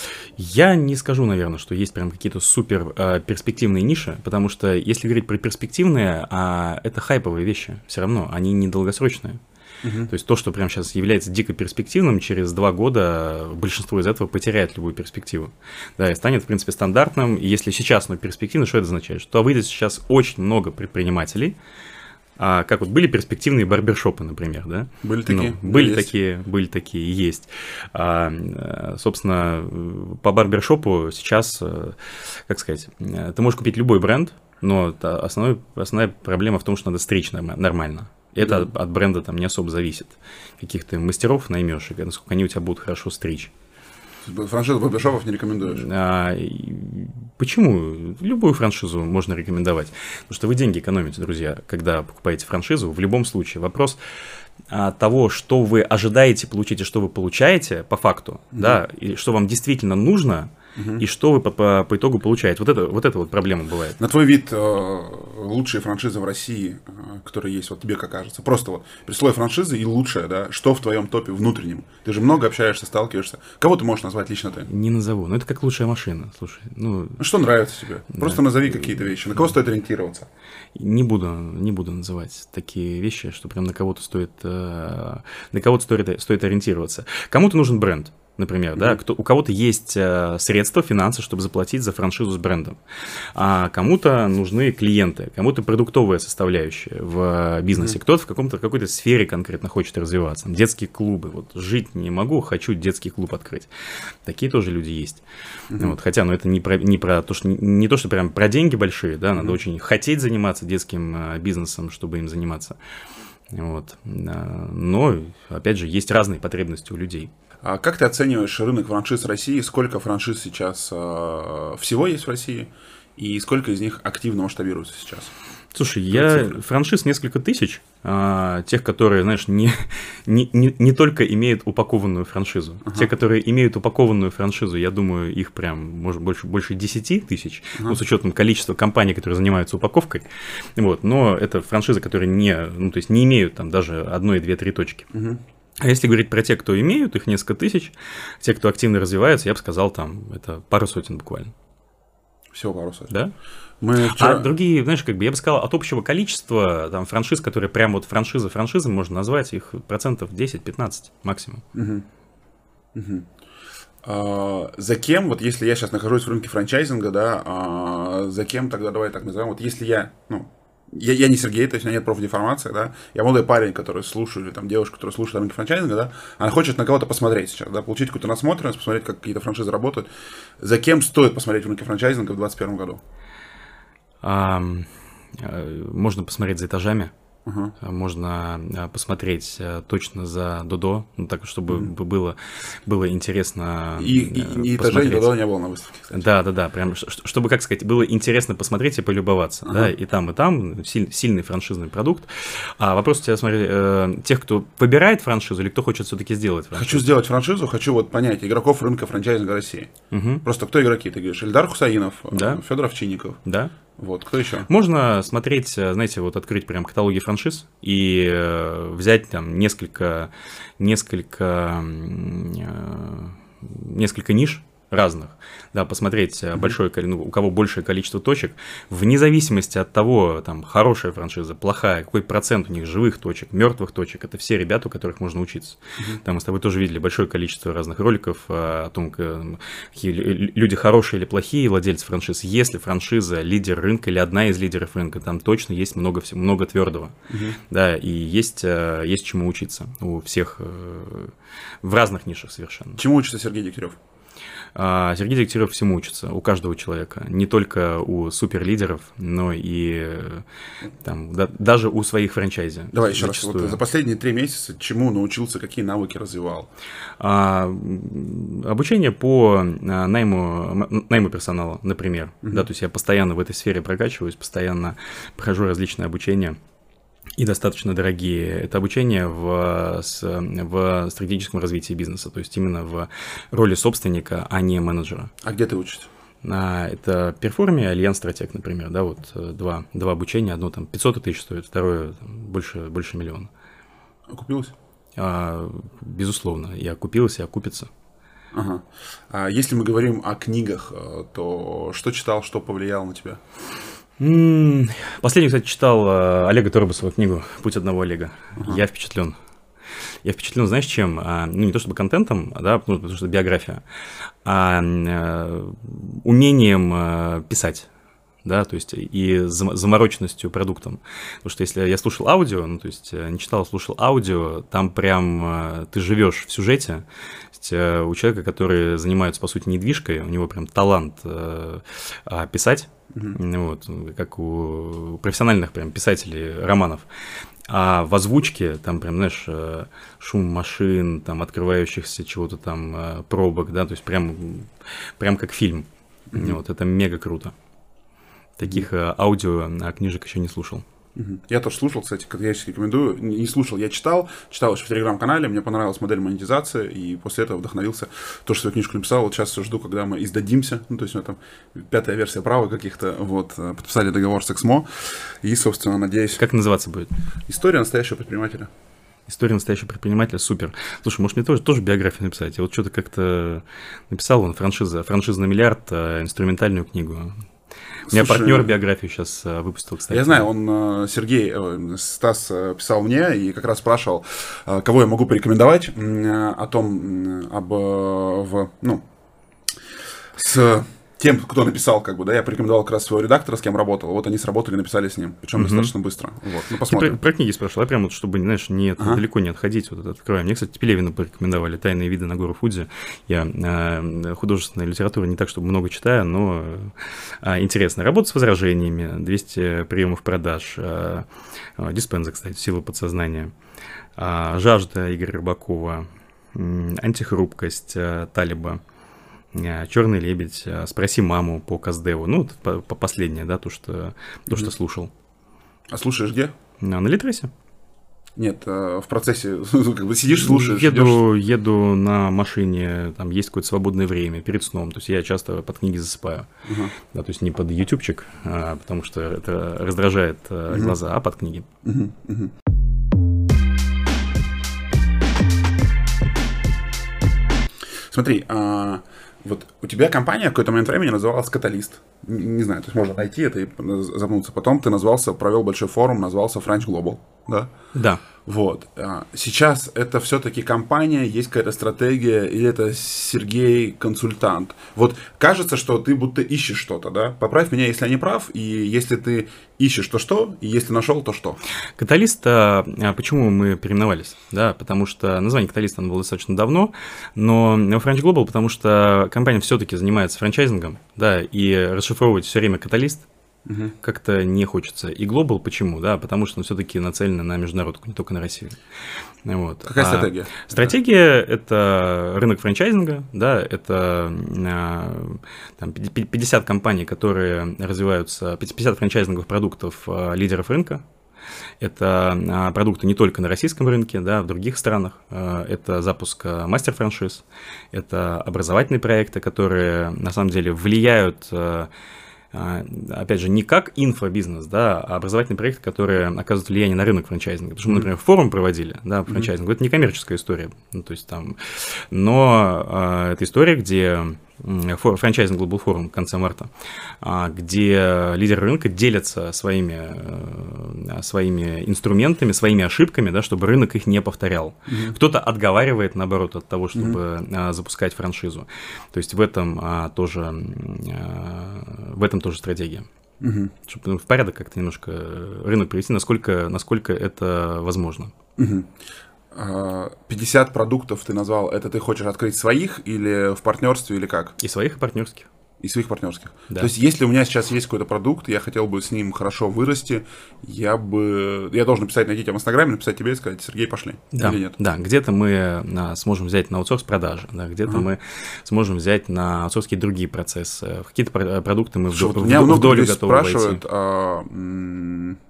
B: Я не скажу, наверное, что есть прям какие-то супер э, перспективные ниши, потому что если говорить про перспективные, а, это хайповые вещи, все равно, они не долгосрочные. Uh-huh. То есть то, что прямо сейчас является дико перспективным, через два года большинство из этого потеряет любую перспективу. Да, и станет, в принципе, стандартным. И если сейчас, но перспективно, что это означает? Что выйдет сейчас очень много предпринимателей, А, как вот были перспективные барбершопы, например, да?
A: Были такие?
B: Ну, были
A: есть.
B: такие, были такие, есть. А, собственно, по барбершопу сейчас, как сказать, ты можешь купить любой бренд, но основной, основная проблема в том, что надо стричь нормально. Это mm-hmm. от бренда там не особо зависит. Каких ты мастеров наймешь, и насколько они у тебя будут хорошо стричь.
A: Франшизу барбершопов не рекомендуешь?
B: А, почему? Любую франшизу можно рекомендовать. Потому что вы деньги экономите, друзья, когда покупаете франшизу. В любом случае вопрос а, того, что вы ожидаете получить и что вы получаете по факту, mm-hmm. да, и что вам действительно нужно, uh-huh. и что вы по, по, по итогу получаете. Вот это, вот это вот проблема бывает.
A: На твой вид э, лучшие франшизы в России, э, которые есть, вот тебе как кажется, просто вот прислой франшизы и лучшее, да, что в твоем топе внутреннем? Ты же много общаешься, сталкиваешься. Кого ты можешь назвать лично ты?
B: Не назову, но это как лучшая машина, слушай. Ну,
A: что нравится тебе? Да. Просто назови какие-то вещи. На кого стоит ориентироваться?
B: Не буду, не буду называть такие вещи, что прям на кого-то стоит, э, на кого-то стоит, стоит ориентироваться. Кому-то нужен бренд. Например, mm-hmm. да, кто, у кого-то есть э, средства, финансы, чтобы заплатить за франшизу с брендом. А кому-то нужны клиенты, кому-то продуктовая составляющая в бизнесе, mm-hmm. кто-то в, каком-то, в какой-то сфере конкретно хочет развиваться. Там, детские клубы. Вот жить не могу, хочу детский клуб открыть. Такие тоже люди есть. Mm-hmm. Вот, хотя, ну, это не про, не про то, что не, не то, что прям про деньги большие, да, надо mm-hmm. очень хотеть заниматься детским э, бизнесом, чтобы им заниматься. Вот. Но, опять же, есть разные потребности у людей.
A: А как ты оцениваешь рынок франшиз России? Сколько франшиз сейчас э, всего есть в России? И сколько из них активно масштабируется сейчас?
B: Слушай, я цифры. Франшиз несколько тысяч, а, тех, которые, знаешь, не, не, не, не только имеют упакованную франшизу. Ага. Те, которые имеют упакованную франшизу, я думаю, их прям, может, больше, больше десяти тысяч, ага. ну, с учетом количества компаний, которые занимаются упаковкой. Вот, но это франшизы, которые не, ну, то есть не имеют там даже одной, две, три точки. Ага. А если говорить про те, кто имеют, их несколько тысяч, те, кто активно развивается, я бы сказал, там, это пару сотен буквально.
A: Всего пару сотен.
B: Да?
A: Мы вчера...
B: А другие, знаешь, как бы я бы сказал, от общего количества там, франшиз, которые прям вот франшизы, франшизы, можно назвать их процентов десять-пятнадцать максимум.
A: Угу. Угу. А, за кем, вот если я сейчас нахожусь в рынке франчайзинга, да, а, за кем тогда давай так назовем, вот если я, ну, Я, я не Сергей, то есть у меня нет профдеформации, да. Я молодой парень, который слушает, или там девушка, которая слушает рынок франчайзинга, да. Она хочет на кого-то посмотреть сейчас, да, получить какую-то насмотренность, посмотреть, как какие-то франшизы работают. За кем стоит посмотреть в рынке франчайзинга в двадцать первом году?
B: А, можно посмотреть за этажами.
A: Uh-huh.
B: Можно посмотреть точно за Додо, ну, так, чтобы uh-huh. было, было интересно
A: и, и, и этажей Додо не было на выставке, кстати.
B: Да, да, да, прям, чтобы, как сказать, было интересно посмотреть и полюбоваться, uh-huh. да, и там, и там, силь, сильный франшизный продукт. А вопрос у тебя, смотри, э, тех, кто выбирает франшизу или кто хочет все-таки сделать франшизу?
A: Хочу сделать франшизу, хочу вот понять игроков рынка франчайзинга России. Uh-huh. Просто кто игроки? Ты говоришь, Эльдар Хусаинов, да. Федор Овчинников.
B: Да.
A: Вот, кто еще?
B: Можно смотреть, знаете, вот открыть прям каталоги франшиз и э, взять там несколько, несколько, э, несколько ниш разных, да, посмотреть mm-hmm. большое, ну, у кого большее количество точек, вне зависимости от того, там, хорошая франшиза, плохая, какой процент у них живых точек, мертвых точек, это все ребята, у которых можно учиться. Mm-hmm. Там мы с тобой тоже видели большое количество разных роликов о том, какие люди хорошие или плохие владельцы франшиз. Если франшиза лидер рынка или одна из лидеров рынка, там точно есть много, много твердого, mm-hmm. да, и есть, есть чему учиться у всех в разных нишах совершенно.
A: Чему учится Сергей Дегтярев?
B: Сергей Дегтярев всему учится, у каждого человека, не только у суперлидеров, но и там, да, даже у своих франчайзи.
A: Давай еще раз, вот за последние три месяца чему научился, какие навыки развивал?
B: А, обучение по найму, найму персонала, например. Uh-huh. Да, то есть я постоянно в этой сфере прокачиваюсь, постоянно прохожу различные обучения. И достаточно дорогие. Это обучение в, в стратегическом развитии бизнеса, то есть именно в роли собственника, а не менеджера.
A: А где ты учишься?
B: Это Перформи, Альянс Стратег, например, да, вот два, два обучения, одно там пятьсот тысяч стоит, второе там, больше, больше миллиона.
A: Окупилось?
B: А, безусловно, и окупилось, и окупится.
A: Ага. А если мы говорим о книгах, то что читал, что повлияло на тебя?
B: Последний, кстати, читал Олега Торбасова книгу «Путь одного Олега». Uh-huh. Я впечатлен. Я впечатлен, знаешь, чем? Ну, не то чтобы контентом, да, потому что биография, а умением писать. Да, то есть и замороченностью продуктом. Потому что если я слушал аудио, ну, то есть не читал, а слушал аудио, там прям ты живешь в сюжете. То есть у человека, который занимается, по сути, недвижкой, у него прям талант писать. Mm-hmm. Вот, как у профессиональных прям писателей романов. А в озвучке там прям, знаешь, шум машин, там открывающихся чего-то там пробок, да, то есть прям, прям как фильм. Mm-hmm. Вот, это мега круто. Таких mm-hmm. аудио книжек еще не слушал.
A: Mm-hmm. Я тоже слушал, кстати, как я рекомендую. Не слушал, я читал, читал еще в Телеграм-канале, мне понравилась модель монетизации, и после этого вдохновился. То, что я книжку написал, вот сейчас жду, когда мы издадимся. Ну, то есть у меня там пятая версия права каких-то, вот, подписали договор с Эксмо, и, собственно, надеюсь...
B: Как называться будет?
A: «История настоящего предпринимателя».
B: История настоящего предпринимателя, супер. Слушай, может, мне тоже, тоже биографию написать? Я вот что-то как-то написал, вон, франшиза, франшиза на миллиард, инструментальную книгу. У меня
A: Слушай,
B: партнер биографию сейчас выпустил, кстати.
A: Я знаю, он, Сергей, Стас писал мне и как раз спрашивал, кого я могу порекомендовать о том, об, в, ну, с тем, кто написал, как бы, да, я порекомендовал как раз своего редактора, с кем работал, вот они сработали, написали с ним, причем угу. достаточно быстро, вот, ну, посмотрим.
B: Про, про книги спрашивал, я прям вот, чтобы, знаешь, не, ага. далеко не отходить, вот это открываем. Мне, кстати, Пелевина порекомендовали «Тайные виды на гору Фудзи». Я э, художественную литературу не так, чтобы много читаю, но э, интересно. Работа с возражениями, двести приемов продаж, э, э, Диспенза, кстати, «Сила подсознания», э, «Жажда» Игоря Рыбакова, э, «Антихрупкость» э, Талиба, «Черный лебедь», «Спроси маму» по Каздеву. Ну, по, по последнее, да, то, что, то, mm-hmm. что слушал.
A: А слушаешь где?
B: На, на Литресе.
A: Нет, в процессе, как бы сидишь, слушаешь.
B: Еду, еду на машине, там есть какое-то свободное время перед сном. То есть я часто под книги засыпаю. Uh-huh. Да, то есть не под ютубчик, а, потому что это раздражает uh-huh. глаза, а под книги. Uh-huh. Uh-huh.
A: Смотри, а... Вот у тебя компания в какой-то момент времени называлась «Каталист». Не, не знаю, то есть можно найти это и запнуться. Потом ты назвался, провел большой форум, назвался French Global, да?
B: Да.
A: Вот. Сейчас это все-таки компания, есть какая-то стратегия, или это Сергей консультант? Вот кажется, что ты будто ищешь что-то, да? Поправь меня, если я не прав, и если ты ищешь, то что, и если нашел, то что?
B: Каталист, почему мы переименовались? Да, потому что название Каталист, оно было достаточно давно, но French Global, потому что компания все-таки занимается франчайзингом, да, и расшифровывать все время Каталист Угу. Как-то не хочется. И Global почему? Да, потому что он все-таки нацелен на международку, не только на Россию. Вот.
A: Какая
B: а
A: стратегия?
B: Стратегия – это рынок франчайзинга, да, это там, пятьдесят компаний, которые развиваются, пятьдесят франчайзинговых продуктов лидеров рынка. Это продукты не только на российском рынке, да, в других странах. Это запуск мастер-франшиз, это образовательные проекты, которые на самом деле влияют, опять же, не как инфобизнес, да, а образовательные проекты, которые оказывают влияние на рынок франчайзинга. Потому что мы, например, форум проводили, да, по франчайзингу. Это не коммерческая история, ну, то есть там, но а, это история, где франчайзинг Global Forum в конце марта, где лидеры рынка делятся своими, своими инструментами, своими ошибками, да, чтобы рынок их не повторял. Mm-hmm. Кто-то отговаривает, наоборот, от того, чтобы mm-hmm. запускать франшизу. То есть в этом тоже, в этом тоже стратегия. Mm-hmm. Чтобы в порядок как-то немножко рынок привести, насколько, насколько это возможно.
A: Mm-hmm. пятьдесят продуктов ты назвал, это ты хочешь открыть своих или в партнерстве, или как?
B: И своих, и партнерских.
A: И своих партнерских.
B: Да.
A: То есть, если у меня сейчас есть какой-то продукт, я хотел бы с ним хорошо вырасти, я бы... Я должен написать, найти тебя в Инстаграме, написать тебе и сказать: Сергей, пошли.
B: Да,
A: или нет?
B: Да, где-то мы на, сможем взять на аутсорс продажи, да, где-то ага. мы сможем взять на аутсорс какие-то другие процессы. Какие-то продукты мы
A: Слушай,
B: в,
A: вот
B: в,
A: меня
B: в,
A: много
B: в долю
A: людей
B: готовы
A: спрашивают,
B: войти.
A: А, м-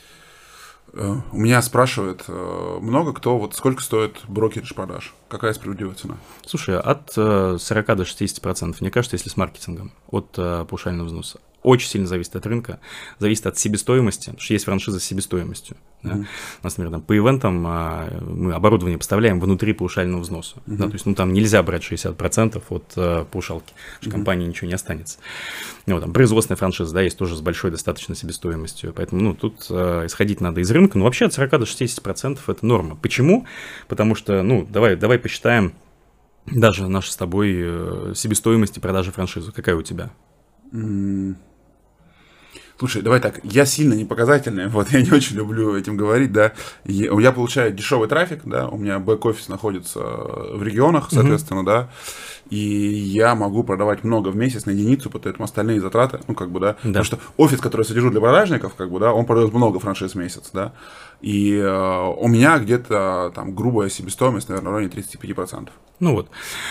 A: У меня спрашивают много кто, вот сколько стоит брокеридж продаж? Какая справедливая цена?
B: Слушай, от сорока до шестидесяти процентов, мне кажется, если с маркетингом, от паушального взноса. Очень сильно зависит от рынка, зависит от себестоимости, потому что есть франшиза с себестоимостью. Да? Mm-hmm. У нас, например, там, по ивентам мы оборудование поставляем внутри паушального взноса. Mm-hmm. Да? То есть ну, там нельзя брать шестьдесят процентов от uh, паушалки, потому что mm-hmm. компании ничего не останется. Ну, там, производственная франшиза, да, есть тоже с большой достаточно себестоимостью, поэтому ну, тут uh, исходить надо из рынка. Но вообще от сорока до шестидесяти процентов это норма. Почему? Потому что, ну, давай, давай посчитаем даже наши с тобой uh, себестоимости продажи франшизы. Какая у тебя?
A: Mm-hmm. Слушай, давай так, я сильно непоказательный, вот, я не очень люблю этим говорить, да, я, я получаю дешевый трафик, да, у меня бэк-офис находится в регионах, соответственно, mm-hmm. да, и я могу продавать много в месяц на единицу, поэтому остальные затраты, ну, как бы, да, да. потому что офис, который я содержу для продажников, как бы, да, он продает много франшиз в месяц, да, и э, у меня где-то там грубая себестоимость, наверное, в районе тридцати пяти процентов.
B: Ну вот,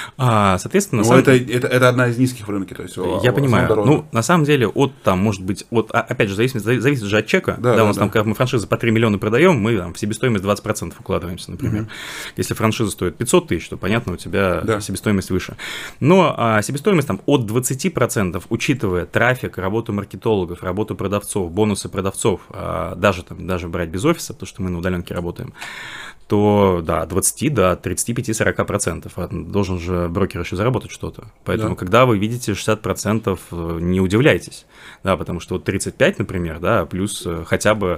B: а, соответственно...
A: Ну,
B: сам...
A: это, это, это одна из низких в рынке, то есть...
B: Я о, понимаю, ну, на самом деле, от там, может быть, от, опять же, зависит, зависит же от чека, да, да, да у нас да. там, когда мы франшизы по три миллиона продаем, мы там в себестоимость двадцать процентов укладываемся, например. Mm-hmm. Если франшиза стоит пятьсот тысяч, то, понятно, у тебя да. себестоимость выше. Но а, себестоимость там от двадцати процентов, учитывая трафик, работу маркетологов, работу продавцов, бонусы продавцов, а, даже, там, даже брать без офиса, потому что мы на удаленке работаем, то, да, от двадцати до тридцати пяти - сорока процентов. Должен же брокер еще заработать что-то. Поэтому, да. когда вы видите шестьдесят процентов, не удивляйтесь. Да, потому что вот тридцать пять, например, да, плюс хотя бы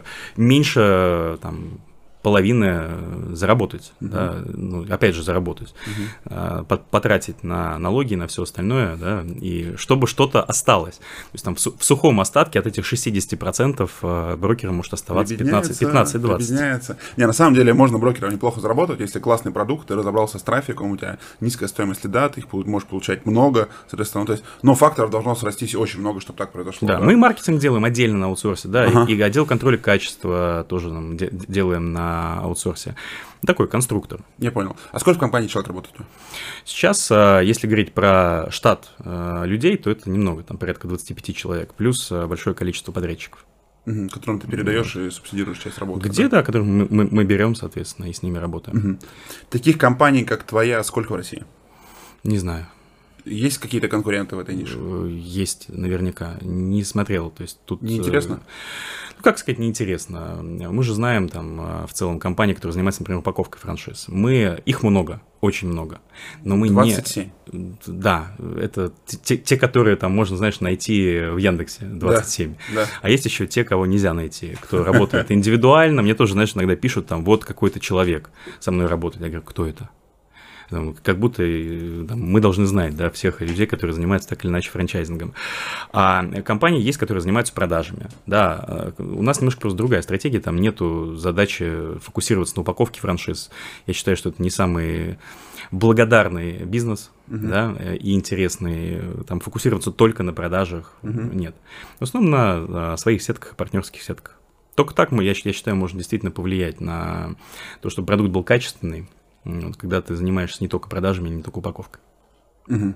B: меньше, там, половины заработать, uh-huh. да, ну, опять же, заработать, uh-huh. потратить на налоги, на все остальное, да, и чтобы что-то осталось. То есть там в сухом остатке от этих шестидесяти процентов брокера может оставаться пятнадцать-двадцать.
A: Не, на самом деле можно брокерам неплохо заработать, если классный продукт, ты разобрался с трафиком, у тебя низкая стоимость лида, ты их можешь получать много, соответственно, ну, то есть, но факторов должно срастись очень много, чтобы так произошло.
B: Да, да? Мы маркетинг делаем отдельно на аутсорсе, да, uh-huh. и, и отдел контроля качества тоже нам де- делаем на аутсорсе. Такой конструктор.
A: Я понял. А сколько в компании человек работает?
B: Сейчас, если говорить про штат людей, то это немного, там порядка двадцати пяти человек, плюс большое количество подрядчиков.
A: Угу, которым ты передаешь и субсидируешь часть работы.
B: Где, да, да которых мы, мы, мы берем, соответственно, и с ними работаем.
A: Угу. Таких компаний, как твоя, сколько в России?
B: Не знаю.
A: Есть какие-то конкуренты в этой нише?
B: Есть, наверняка. Не смотрел. То есть тут...
A: Неинтересно?
B: Ну, как сказать, неинтересно. Мы же знаем там в целом компании, которые занимаются, например, упаковкой франшиз. Мы... Их много, очень много. Но мы
A: двадцать семь?
B: Не... Да, это те, те, которые там можно, знаешь, найти в Яндексе, двадцать семь.
A: Да, да.
B: А есть еще те, кого нельзя найти, кто работает индивидуально. Мне тоже, знаешь, иногда пишут там, вот какой-то человек со мной работает. Я говорю, кто это? как будто там, мы должны знать, да, всех людей, которые занимаются так или иначе франчайзингом. А компании есть, которые занимаются продажами. Да, у нас немножко просто другая стратегия, там нету задачи фокусироваться на упаковке франшиз. Я считаю, что это не самый благодарный бизнес, uh-huh. да, и интересный, там фокусироваться только на продажах, uh-huh. нет. В основном на своих сетках, партнерских сетках. Только так мы, я, я считаю, можно действительно повлиять на то, чтобы продукт был качественный, вот, когда ты занимаешься не только продажами, не только упаковкой.
A: Uh-huh.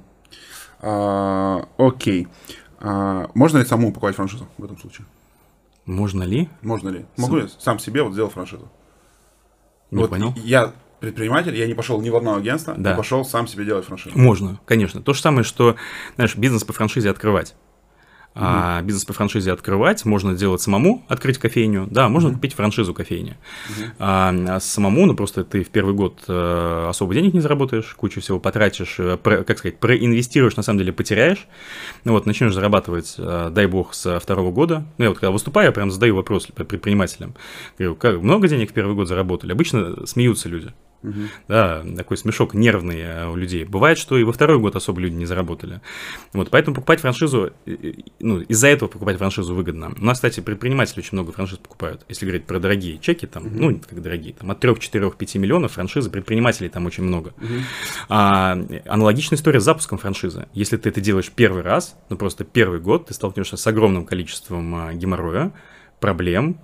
A: а, окей. А, можно ли самому упаковать франшизу в этом случае?
B: Можно ли?
A: Можно ли? Могу я сам себе вот сделать франшизу?
B: Не
A: вот
B: понял.
A: Я предприниматель, я не пошел ни в одно агентство,
B: да.
A: я пошел сам себе делать франшизу.
B: Можно, конечно. То же самое, что, знаешь, бизнес по франшизе открывать. Uh-huh. А бизнес по франшизе открывать можно делать самому, открыть кофейню, да, можно uh-huh. купить франшизу кофейни. Uh-huh. А самому, ну просто ты в первый год э, особо денег не заработаешь, кучу всего потратишь, э, про, как сказать, проинвестируешь, на самом деле потеряешь, ну вот начнешь зарабатывать, э, дай бог, со второго года. Ну я вот когда выступаю, я прям задаю вопрос предпринимателям, говорю, как много денег в первый год заработали? Обычно смеются люди. Uh-huh. Да, такой смешок нервный у людей. Бывает, что и во второй год особо люди не заработали. Вот, поэтому покупать франшизу, ну, из-за этого покупать франшизу выгодно. У нас, кстати, предприниматели очень много франшиз покупают. Если говорить про дорогие чеки, там, uh-huh. ну, как дорогие, там, от трёх, четырёх, пяти миллионов франшизы, предпринимателей там очень много. Uh-huh. А, аналогичная история с запуском франшизы. Если ты это делаешь первый раз, ну, просто первый год, ты столкнешься с огромным количеством геморроя, проблем,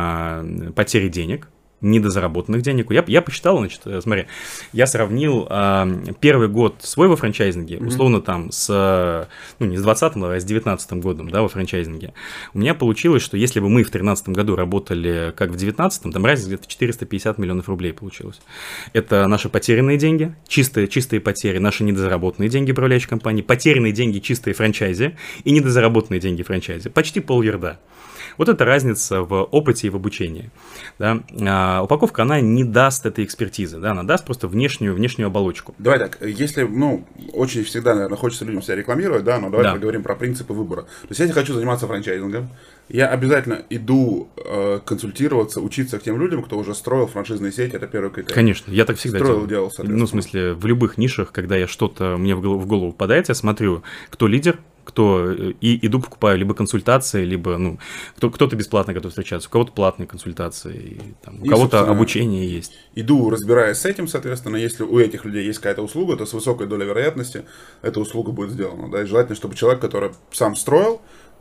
B: потери денег, недозаработанных денег. Я, я посчитал, значит, смотри, я сравнил э, первый год свой во франчайзинге, mm-hmm. условно там с, ну, не с двадцатым, а с девятнадцатым годом, да, во франчайзинге. У меня получилось, что если бы мы в тринадцатом году работали как в девятнадцатом, там разница где-то четыреста пятьдесят миллионов рублей получилось. Это наши потерянные деньги, чистые, чистые потери, наши недозаработанные деньги управляющей компании, потерянные деньги чистые франчайзи и недозаработанные деньги франчайзи. Почти полярда. Вот это разница в опыте и в обучении. Да? А упаковка, она не даст этой экспертизы, да? Она даст просто внешнюю, внешнюю оболочку.
A: Давай так, если, ну, очень всегда, наверное, хочется людям себя рекламировать, да, но давай да. поговорим про принципы выбора. То есть, если я хочу заниматься франчайзингом, я обязательно иду э, консультироваться, учиться к тем людям, кто уже строил франшизные сети, это первый критерий.
B: Конечно, я так всегда
A: строил,
B: делал.
A: делал,
B: ну, в смысле, в любых нишах, когда я что-то, мне в голову, в голову попадает, я смотрю, кто лидер, кто, и иду покупаю либо консультации, либо, ну, кто, кто-то бесплатно готов встречаться, у кого-то платные консультации, там, у и, кого-то обучение есть.
A: Иду, разбираясь с этим, соответственно, если у этих людей есть какая-то услуга, то с высокой долей вероятности эта услуга будет сделана. Да? И желательно, чтобы человек, который сам строил,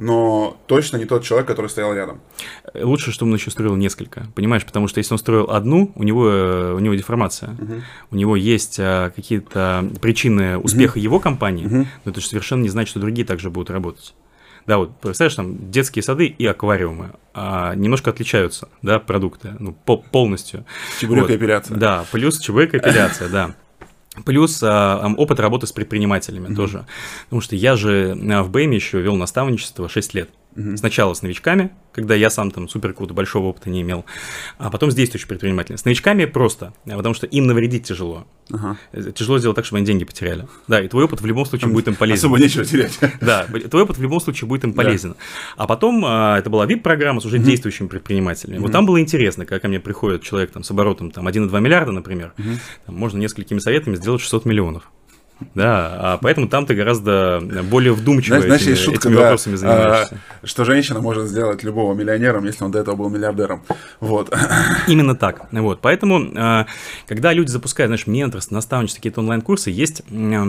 A: но точно не тот человек, который стоял рядом.
B: Лучше, чтобы он еще строил несколько, понимаешь, потому что если он строил одну, у него, у него деформация, uh-huh. у него есть а, какие-то причины успеха uh-huh. его компании, uh-huh. но это же совершенно не значит, что другие также будут работать. Да, вот, представляешь, там детские сады и аквариумы а, немножко отличаются, да, продукты, ну, по- полностью.
A: Чебурекоэпиляция.
B: Вот, да, плюс чебурекоэпиляция, да. Плюс а, опыт работы с предпринимателями mm-hmm. тоже. Потому что я же в БЭМе еще вел наставничество шесть лет. Mm-hmm. Сначала с новичками, когда я сам там супер круто, большого опыта не имел, а потом с действующими предпринимателями. С новичками просто, потому что им навредить тяжело. Uh-huh. Тяжело сделать так, чтобы они деньги потеряли. Да, и твой опыт в любом случае будет им полезен.
A: Особо нечего терять.
B: Да, твой опыт в любом случае будет им полезен. А потом а, это была ви ай пи-программа с уже uh-huh. действующими предпринимателями. Uh-huh. Вот там было интересно, когда ко мне приходит человек там, с оборотом там, один и два миллиарда, например, uh-huh. там, можно несколькими советами сделать шестьсот миллионов. Да, а поэтому там ты гораздо более вдумчиво
A: Знаешь,
B: этими,
A: шутка,
B: этими
A: да,
B: вопросами занимаешься.
A: А, что женщина может сделать любого миллионером, если он до этого был миллиардером. Вот.
B: Именно так. Вот. Поэтому, когда люди запускают, знаешь, менторство, наставничество, какие-то онлайн-курсы, есть,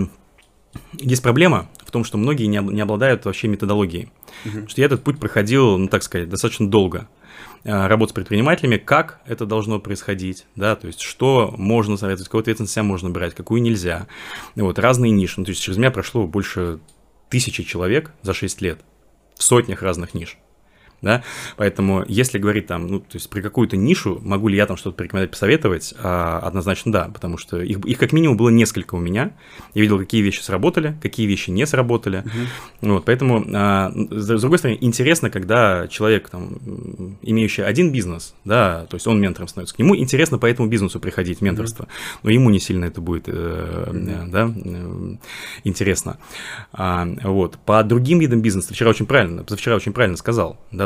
B: есть проблема в том, что многие не обладают вообще методологией. Uh-huh. Потому что я этот путь проходил, ну, так сказать, достаточно долго. Работать с предпринимателями, как это должно происходить, да, то есть что можно советовать, какую ответственность себя можно брать, какую нельзя, вот, разные ниши, ну, то есть через меня прошло больше тысячи человек за шесть лет в сотнях разных ниш. Да? Поэтому, если говорить там, ну, то есть про какую-то нишу, могу ли я там что-то порекомендовать, посоветовать, а, однозначно да, потому что их, их как минимум было несколько у меня. Я видел, какие вещи сработали, какие вещи не сработали. Uh-huh. Вот, поэтому, а, с другой стороны, интересно, когда человек, там, имеющий один бизнес, да, то есть он ментором становится, к нему интересно по этому бизнесу приходить в менторство, uh-huh. но ему не сильно это будет э, uh-huh. да, э, интересно. А, вот. По другим видам бизнеса, ты вчера очень правильно, вчера очень правильно сказал, да,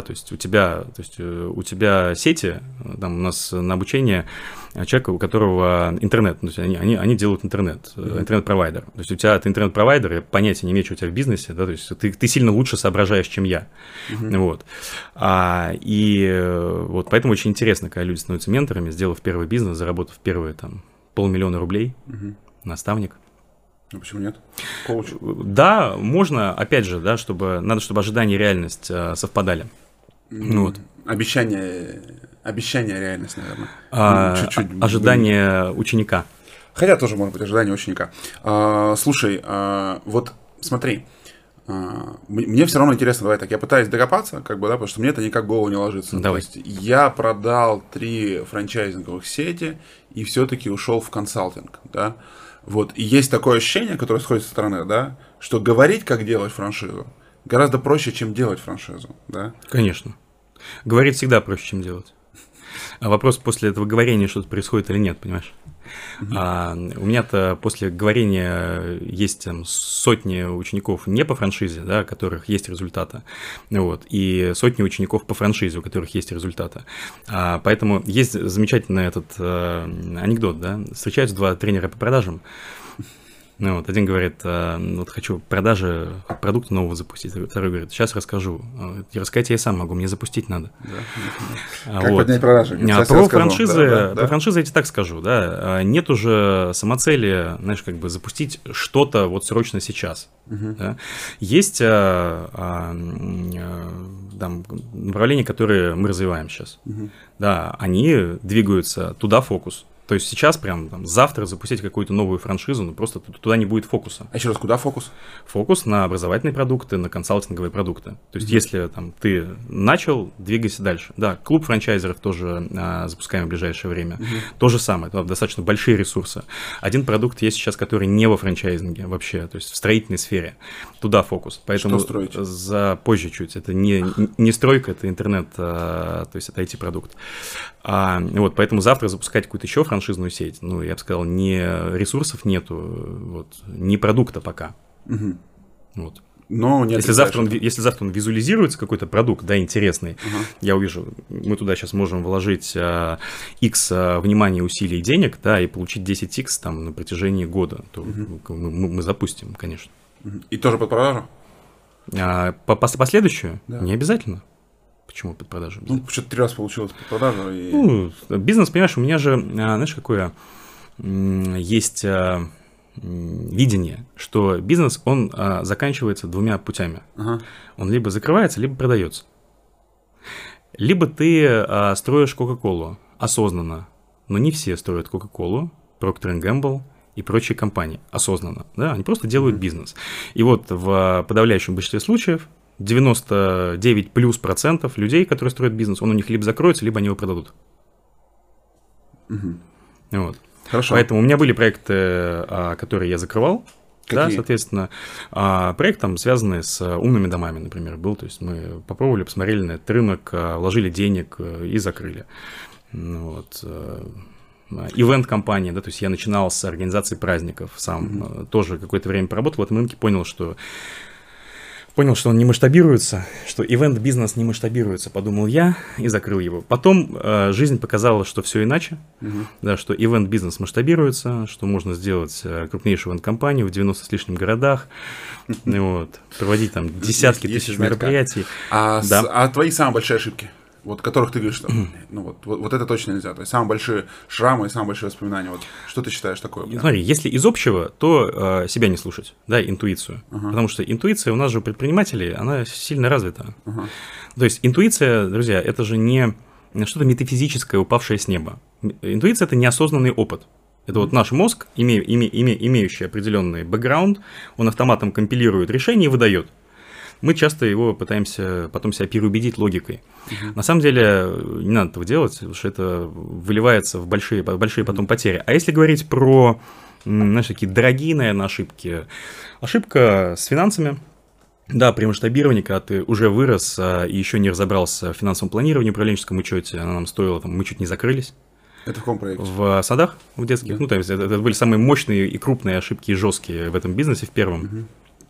B: то есть у тебя, то есть у тебя сети, там у нас на обучение человека, у которого интернет, то есть они, они, они делают интернет, mm-hmm. интернет-провайдер. То есть у тебя это интернет-провайдер, я понятия не имею, что у тебя в бизнесе, да, то есть ты, ты сильно лучше соображаешь, чем я. Mm-hmm. Вот. А, и вот поэтому очень интересно, когда люди становятся менторами, сделав первый бизнес, заработав первые там полмиллиона рублей, mm-hmm. наставник.
A: А почему нет? Коуч.
B: Да, можно, опять же, да, чтобы надо, чтобы ожидание и реальность а, совпадали.
A: Mm, вот. Обещание, обещание, реальность, наверное.
B: А, ну, чуть-чуть. Ожидание ученика.
A: Хотя тоже может быть ожидание ученика. А, слушай, а, вот смотри, а, мне все равно интересно, давай так, я пытаюсь докопаться, как бы, да, потому что мне это никак в голову не ложится.
B: Давай.
A: То есть я продал три франчайзинговых сети и все-таки ушел в консалтинг, да. Вот, и есть такое ощущение, которое сходит со стороны, да, что говорить, как делать франшизу, гораздо проще, чем делать франшизу, да?
B: Конечно. Говорить всегда проще, чем делать. А вопрос после этого говорения, что-то происходит или нет, понимаешь? Mm-hmm. А, у меня-то после говорения есть там, сотни учеников не по франшизе, да, у которых есть результаты, вот, и сотни учеников по франшизе, у которых есть результаты. А, поэтому есть замечательный этот а, анекдот, да, встречаются два тренера по продажам. Ну, вот, один говорит, вот хочу продажи продукта нового запустить, второй говорит, сейчас расскажу. Рассказать я и сам могу, мне запустить надо.
A: Да, как вот. Поднять продажи?
B: А, про франшизы, да, да, про да. франшизы я тебе так скажу, да, нет уже самоцели, знаешь, как бы запустить что-то вот срочно сейчас. Угу. Да. Есть а, а, там, направления, которые мы развиваем сейчас. Угу. Да, они двигаются туда фокус. То есть сейчас прям там, завтра запустить какую-то новую франшизу, ну просто туда не будет фокуса.
A: А еще раз, куда фокус?
B: Фокус на образовательные продукты, на консалтинговые продукты. То есть mm-hmm. если там ты начал, двигайся дальше. Да, клуб франчайзеров тоже а, запускаем в ближайшее время. Mm-hmm. То же самое, это достаточно большие ресурсы. Один продукт есть сейчас, который не во франчайзинге вообще, то есть в строительной сфере. Туда фокус. Поэтому
A: что строить?
B: За позже чуть. Это не, не стройка, это интернет, а, то есть это ай ти-продукт. А, вот, поэтому завтра запускать какую-то еще франшизную сеть, ну, я бы сказал, не ресурсов нету, вот, ни продукта пока.
A: Угу.
B: Вот.
A: Но не
B: если, завтра он, если завтра он визуализируется, какой-то продукт, да, интересный, угу. я увижу, мы туда сейчас можем вложить а, X а, внимания, усилий, денег, да, и получить десять икс там на протяжении года, то угу. мы, мы, мы запустим, конечно.
A: И тоже под продажу?
B: А, по, по последующую?
A: Да.
B: Не обязательно. Почему под продажу?
A: Ну, что-то три раза получилось под продажу. И...
B: Ну, бизнес, понимаешь, у меня же, знаешь, какое есть видение, что бизнес, он заканчивается двумя путями. Ага. Он либо закрывается, либо продается. Либо ты строишь Кока-Колу осознанно, но не все строят Кока-Колу, Procter энд Gamble и прочие компании осознанно. Да? Они просто делают mm-hmm. бизнес. И вот в подавляющем большинстве случаев девяносто девять плюс процентов людей, которые строят бизнес, он у них либо закроется, либо они его продадут.
A: Угу.
B: Вот.
A: Хорошо.
B: Поэтому у меня были проекты, которые я закрывал. Да, соответственно, проект там связанный с умными домами, например, был. То есть мы попробовали, посмотрели на этот рынок, вложили денег и закрыли. Вот. Ивент-компания, да, то есть я начинал с организации праздников сам, mm-hmm. тоже какое-то время поработал в этом рынке, понял, что Понял, что он не масштабируется, что ивент-бизнес не масштабируется, подумал я и закрыл его. Потом э, жизнь показала, что все иначе, угу. да, что ивент-бизнес масштабируется, что можно сделать э, крупнейшую ивент-компанию в девяноста с лишним городах, вот, проводить там десятки есть, тысяч есть мероприятий.
A: А,
B: да.
A: с, а твои самые большие ошибки? Вот которых ты говоришь, что ну, вот, вот, вот это точно нельзя. То есть самые большие шрамы и самые большие воспоминания. Вот, что ты считаешь такое?
B: Прям? Смотри, если из общего, то э, себя не слушать, да, интуицию. Uh-huh. Потому что интуиция у нас же у предпринимателей, она сильно развита. Uh-huh. То есть интуиция, друзья, это же не что-то метафизическое, упавшее с неба. Интуиция – это неосознанный опыт. Это вот наш мозг, име, име, име, имеющий определенный бэкграунд, он автоматом компилирует решение и выдает. Мы часто его пытаемся потом себя переубедить логикой. Uh-huh. На самом деле не надо этого делать, потому что это выливается в большие, большие потом потери. А если говорить про, знаешь, такие дорогие, наверное, ошибки. Ошибка с финансами. Да, при масштабировании, когда ты уже вырос и еще не разобрался в финансовом планировании, управленческом учете, она нам стоила, там, мы чуть не закрылись.
A: Это в каком проекте?
B: В садах, в детских. Да. Ну, то есть это, это были самые мощные и крупные ошибки и жесткие в этом бизнесе, в первом. Uh-huh.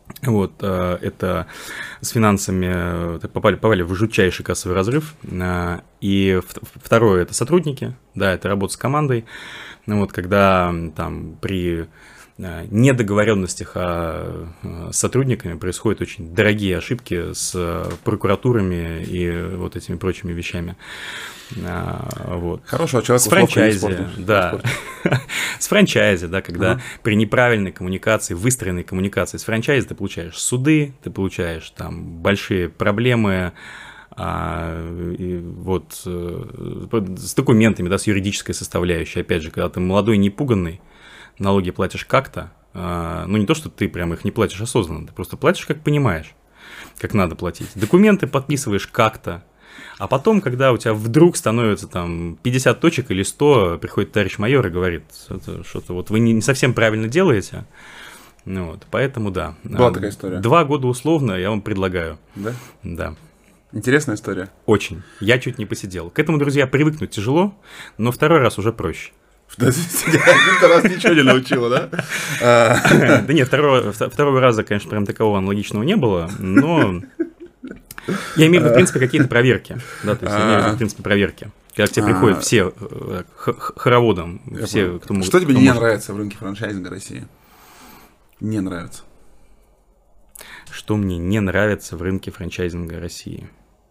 B: Вот, это с финансами попали, попали в жутчайший кассовый разрыв. И второе – это сотрудники, да, это работа с командой. Вот, когда там при недоговоренностях а с сотрудниками происходят очень дорогие ошибки с прокуратурами и вот этими прочими вещами. Вот.
A: Хорошего человека
B: с франчайзи, да. С франчайзи, да, когда uh-huh. при неправильной коммуникации, выстроенной коммуникации с франчайзи ты получаешь суды, ты получаешь там большие проблемы. А, и вот с документами, да, с юридической составляющей. Опять же, когда ты молодой, непуганный, налоги платишь как-то, ну не то, что ты прям их не платишь осознанно, ты просто платишь, как понимаешь, как надо платить. Документы подписываешь как-то, а потом, когда у тебя вдруг становится там пятьдесят точек или сто, приходит товарищ майор и говорит, что-то вот вы не совсем правильно делаете. Ну, вот, поэтому да.
A: Была такая история.
B: Два года условно я вам предлагаю.
A: Да?
B: Да.
A: Интересная история.
B: Очень. Я чуть не посидел. К этому, друзья, привыкнуть тяжело, но второй раз уже проще.
A: Один раз ничего не научила, да?
B: Да нет, второго, второго раза, конечно, прям такового аналогичного не было, но я имею в виду, в принципе, какие-то проверки. Да, то есть я имею в виду, в принципе, проверки. Когда к тебе приходят все хороводом, все, кто может.
A: Что тебе не нравится в рынке франчайзинга России? Не нравится.
B: Что мне не нравится в рынке франчайзинга России?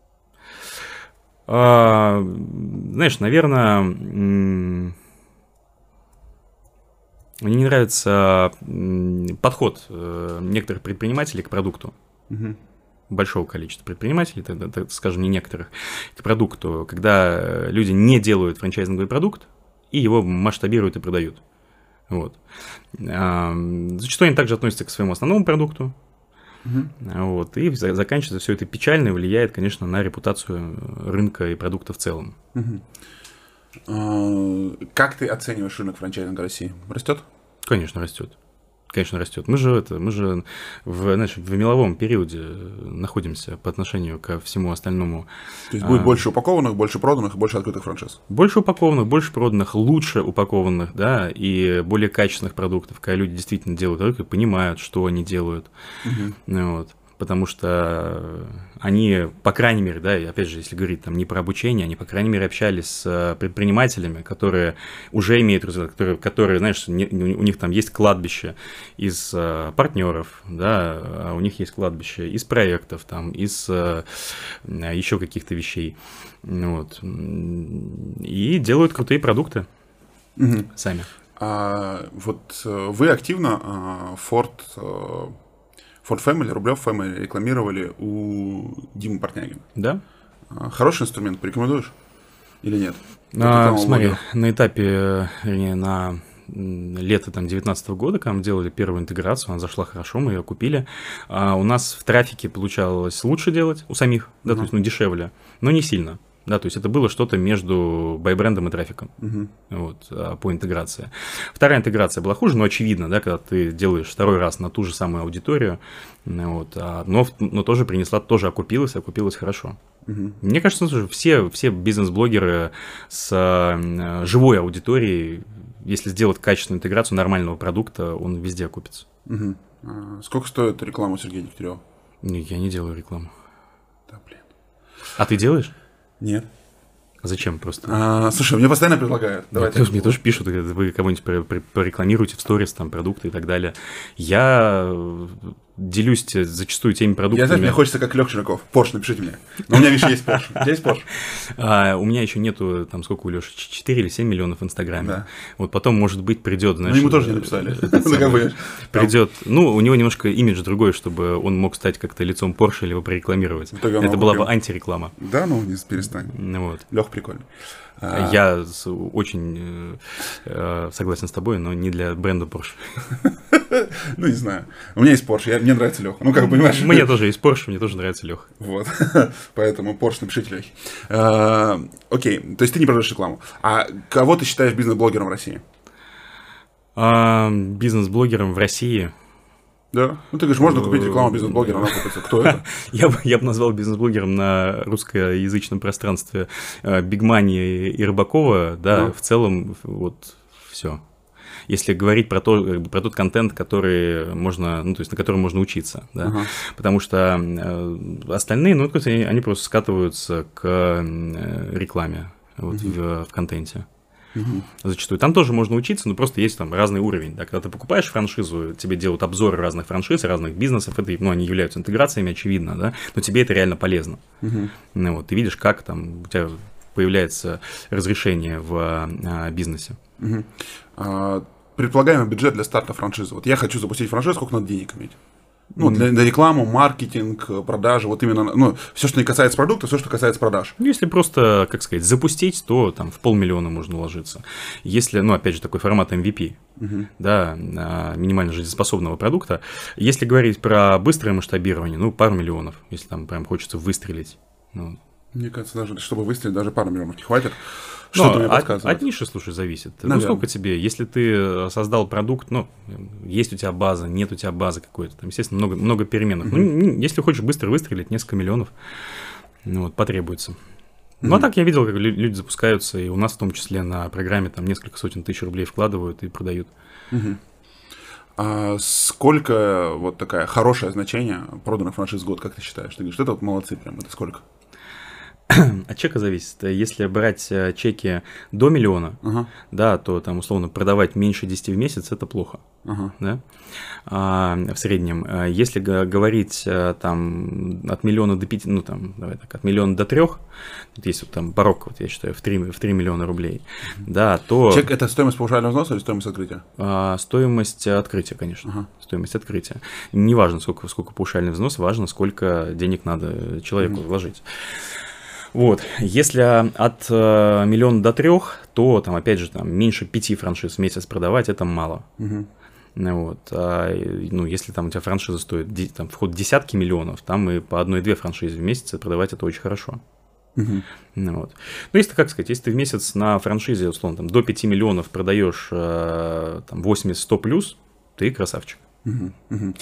B: А, знаешь, наверное, мне не нравится подход некоторых предпринимателей к продукту. Угу. Большого количества предпринимателей, тогда, так скажем, не некоторых, к продукту, когда люди не делают франчайзинговый продукт и его масштабируют и продают. Вот. А, зачастую они также относятся к своему основному продукту. Uh-huh. Вот, и заканчивается все это печально и влияет, конечно, на репутацию рынка и продукта в целом.
A: Uh-huh. Uh, как ты оцениваешь рынок франчайзинга России? Растет?
B: Конечно, растет. Конечно, растет. Мы же, это, мы же в, знаешь, в меловом периоде находимся по отношению ко всему остальному.
A: То есть будет а, больше упакованных, больше проданных и больше открытых франшиз?
B: Больше упакованных, больше проданных, лучше упакованных, да, и более качественных продуктов, когда люди действительно делают рынок и понимают, что они делают. Угу. Вот. Потому что они, по крайней мере, да, и опять же, если говорить там не про обучение, они, по крайней мере, общались с предпринимателями, которые уже имеют результат, которые, которые знаешь, не, у них там есть кладбище из партнеров, да, а у них есть кладбище из проектов, там, из еще каких-то вещей, вот, и делают крутые продукты угу. сами.
A: А, вот вы активно Ford... Ford Family, Рублев Family рекламировали у Димы Портнягина.
B: Да.
A: Хороший инструмент, порекомендуешь или нет?
B: А, смотри, года? на этапе, вернее, на лето там девятнадцатого года, когда мы делали первую интеграцию, она зашла хорошо, мы ее купили. А у нас в трафике получалось лучше делать у самих, да, uh-huh. то есть, ну, дешевле, но не сильно. Да, то есть это было что-то между байбрендом и трафиком uh-huh. вот, по интеграции. Вторая интеграция была хуже, но очевидно, да, когда ты делаешь второй раз на ту же самую аудиторию, вот, но, но тоже принесла, тоже окупилась, окупилась хорошо. Uh-huh. Мне кажется, слушай, все, все бизнес-блогеры с живой аудиторией, если сделать качественную интеграцию нормального продукта, он везде окупится.
A: Uh-huh. А сколько стоит реклама Сергея Дегтярева?
B: Я не делаю рекламу.
A: Да, блин.
B: А ты делаешь?
A: Нет.
B: Зачем просто?
A: А, слушай, мне постоянно предлагают.
B: Мне тоже, мне тоже пишут, вы кого-нибудь порекламируете в сторис, там, продукты и так далее. Я делюсь зачастую теми продуктами.
A: Я, знаешь, мне хочется как Лёх Черняков. Porsche, напишите мне. Но у меня, видишь, есть Porsche. У тебя есть Porsche?
B: А, у меня еще нету, там, сколько у Лёши, четыре или семь миллионов в Инстаграме. Да. Вот потом, может быть, придет, знаешь...
A: Ну, ему тоже не написали.
B: Придет... Ну, у него немножко имидж другой, чтобы он мог стать как-то лицом Porsche или его прорекламировать. Это была бы антиреклама.
A: Да, ну, не перестань.
B: Вот.
A: Лёх прикольный.
B: Я очень согласен с тобой, но не для бренда Porsche.
A: Ну, не знаю. У меня есть Porsche, я, мне нравится Леха. Ну, как понимаешь.
B: Мне тоже есть Porsche, мне тоже нравится Леха.
A: Вот. Поэтому Porsche напишите Лехе. А, окей, то есть ты не продаешь рекламу. А кого ты считаешь бизнес-блогером в России?
B: А, бизнес-блогером в России?
A: Да. Ну, ты говоришь, можно купить рекламу бизнес-блогера, она купится. Кто это?
B: я, бы, я бы назвал бизнес-блогером на русскоязычном пространстве Бигмани и Рыбакова. Да, ну. В целом, вот, все. если говорить про, то, как бы, про тот контент, который можно, ну, то есть на который можно учиться, да, uh-huh. потому что э, остальные, ну, они, они просто скатываются к э, рекламе вот, uh-huh. в, в контенте. Uh-huh. Зачастую. Там тоже можно учиться, но просто есть там разный уровень. Да? Когда ты покупаешь франшизу, тебе делают обзоры разных франшиз, разных бизнесов, это, ну, они являются интеграциями, очевидно, да? Но тебе это реально полезно. Uh-huh. Ну, вот, ты видишь, как там у тебя появляется разрешение в а, бизнесе.
A: Uh-huh. а, предполагаемый бюджет для старта франшизы. Вот я хочу запустить франшизу, сколько надо денег иметь? Ну, для, для рекламы, маркетинг, продажи, вот именно, ну, все, что не касается продукта, все, что касается продаж.
B: Если просто, как сказать, запустить, то там в полмиллиона можно уложиться. Если, ну, опять же, такой формат эм ви пи, uh-huh. да, минимально жизнеспособного продукта. Если говорить про быстрое масштабирование, ну, пару миллионов, если там прям хочется выстрелить. Ну.
A: Мне кажется, даже чтобы выстрелить, даже пару миллионов не хватит. Что-то мне подсказывает.
B: От, от ниши, слушай, зависит. Наверное. Ну, сколько тебе, если ты создал продукт, ну, есть у тебя база, нет у тебя базы какой-то, там, естественно, много, много переменных. Mm-hmm. Ну, если хочешь быстро выстрелить, несколько миллионов, ну, вот, потребуется. Mm-hmm. Ну, а так я видел, как люди запускаются, и у нас в том числе на программе там несколько сотен тысяч рублей вкладывают и продают.
A: Mm-hmm. А сколько, вот такая хорошее значение проданных франшиз в год, как ты считаешь? Ты говоришь, это вот молодцы прям, это сколько?
B: От чека зависит. Если брать чеки до миллиона, uh-huh. да, то там условно продавать меньше десяти в месяц это плохо. Uh-huh. Да? А, в среднем. Если говорить там от миллиона до пяти, ну там, давай так, от миллиона до трех, тут есть вот там порог, вот я считаю, в три, в три миллиона рублей, uh-huh. да, то...
A: Чек это стоимость паушального взноса или стоимость открытия?
B: А, стоимость открытия, конечно. Uh-huh. Стоимость открытия. Не важно, сколько, сколько паушальный взнос, важно, сколько денег надо человеку uh-huh. вложить. Вот, если от э, миллиона до трех, то там, опять же, там меньше пяти франшиз в месяц продавать, это мало. Uh-huh. Вот, а, ну, если там у тебя франшиза стоит там, вход десятки миллионов, там и по одной-две франшизы в месяц продавать это очень хорошо. Uh-huh. Вот. Ну, если, как сказать, если ты в месяц на франшизе, условно, там, до пяти миллионов продаешь э, там, восемьдесят-сто плюс, ты красавчик.
A: Uh-huh. Uh-huh.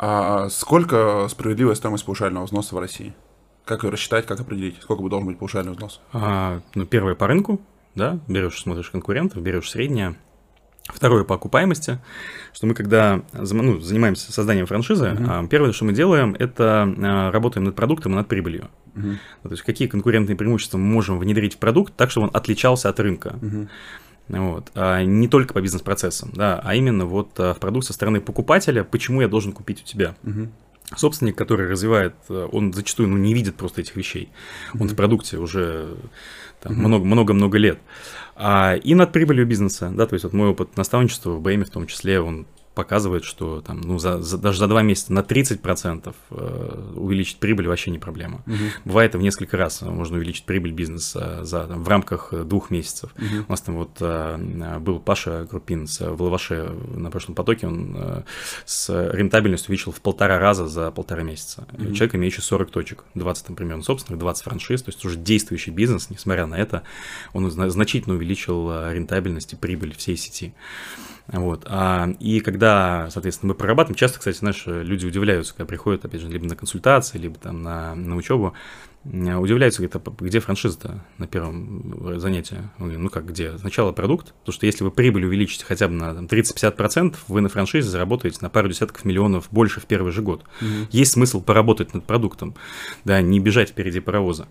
A: А сколько справедливая стоимость паушального взноса в России? Как ее рассчитать, как определить, сколько бы должен быть паушальный взнос?
B: А, ну, первое по рынку, да, берешь, смотришь конкурентов, берешь среднее. Второе по окупаемости, что мы когда ну, занимаемся созданием франшизы, uh-huh. первое, что мы делаем, это работаем над продуктом и над прибылью. Uh-huh. То есть какие конкурентные преимущества мы можем внедрить в продукт так, чтобы он отличался от рынка. Uh-huh. Вот. А не только по бизнес-процессам, да, а именно вот в продукт со стороны покупателя, почему я должен купить у тебя. Uh-huh. Собственник, который развивает, он зачастую ну, не видит просто этих вещей. Он mm-hmm. в продукте уже там, mm-hmm. много-много-много лет. А, и над прибылью бизнеса, да, то есть вот мой опыт наставничества в БМе в том числе, он показывает, что там, ну, за, за, даже за два месяца на тридцать процентов увеличить прибыль вообще не проблема. Uh-huh. Бывает, в несколько раз можно увеличить прибыль бизнеса за, там, в рамках двух месяцев. Uh-huh. У нас там вот был Паша Крупин в Лаваше на прошлом потоке, он с рентабельностью увеличил в полтора раза за полтора месяца. Uh-huh. Человек, имеющий сорок точек, двадцать там, примерно собственных, двадцать франшиз, то есть уже действующий бизнес, несмотря на это, он значительно увеличил рентабельность и прибыль всей сети. Вот. А, и когда, соответственно, мы прорабатываем, часто, кстати, знаешь, люди удивляются, когда приходят, опять же, либо на консультации, либо там на, на учебу, удивляются, говорят, а где франшиза-то на первом занятии? Мы говорим, ну как, где? Сначала продукт, потому что если вы прибыль увеличите хотя бы на тридцать-пятьдесят процентов, вы на франшизе заработаете на пару десятков миллионов больше в первый же год. Mm-hmm. Есть смысл поработать над продуктом, да, не бежать впереди паровоза.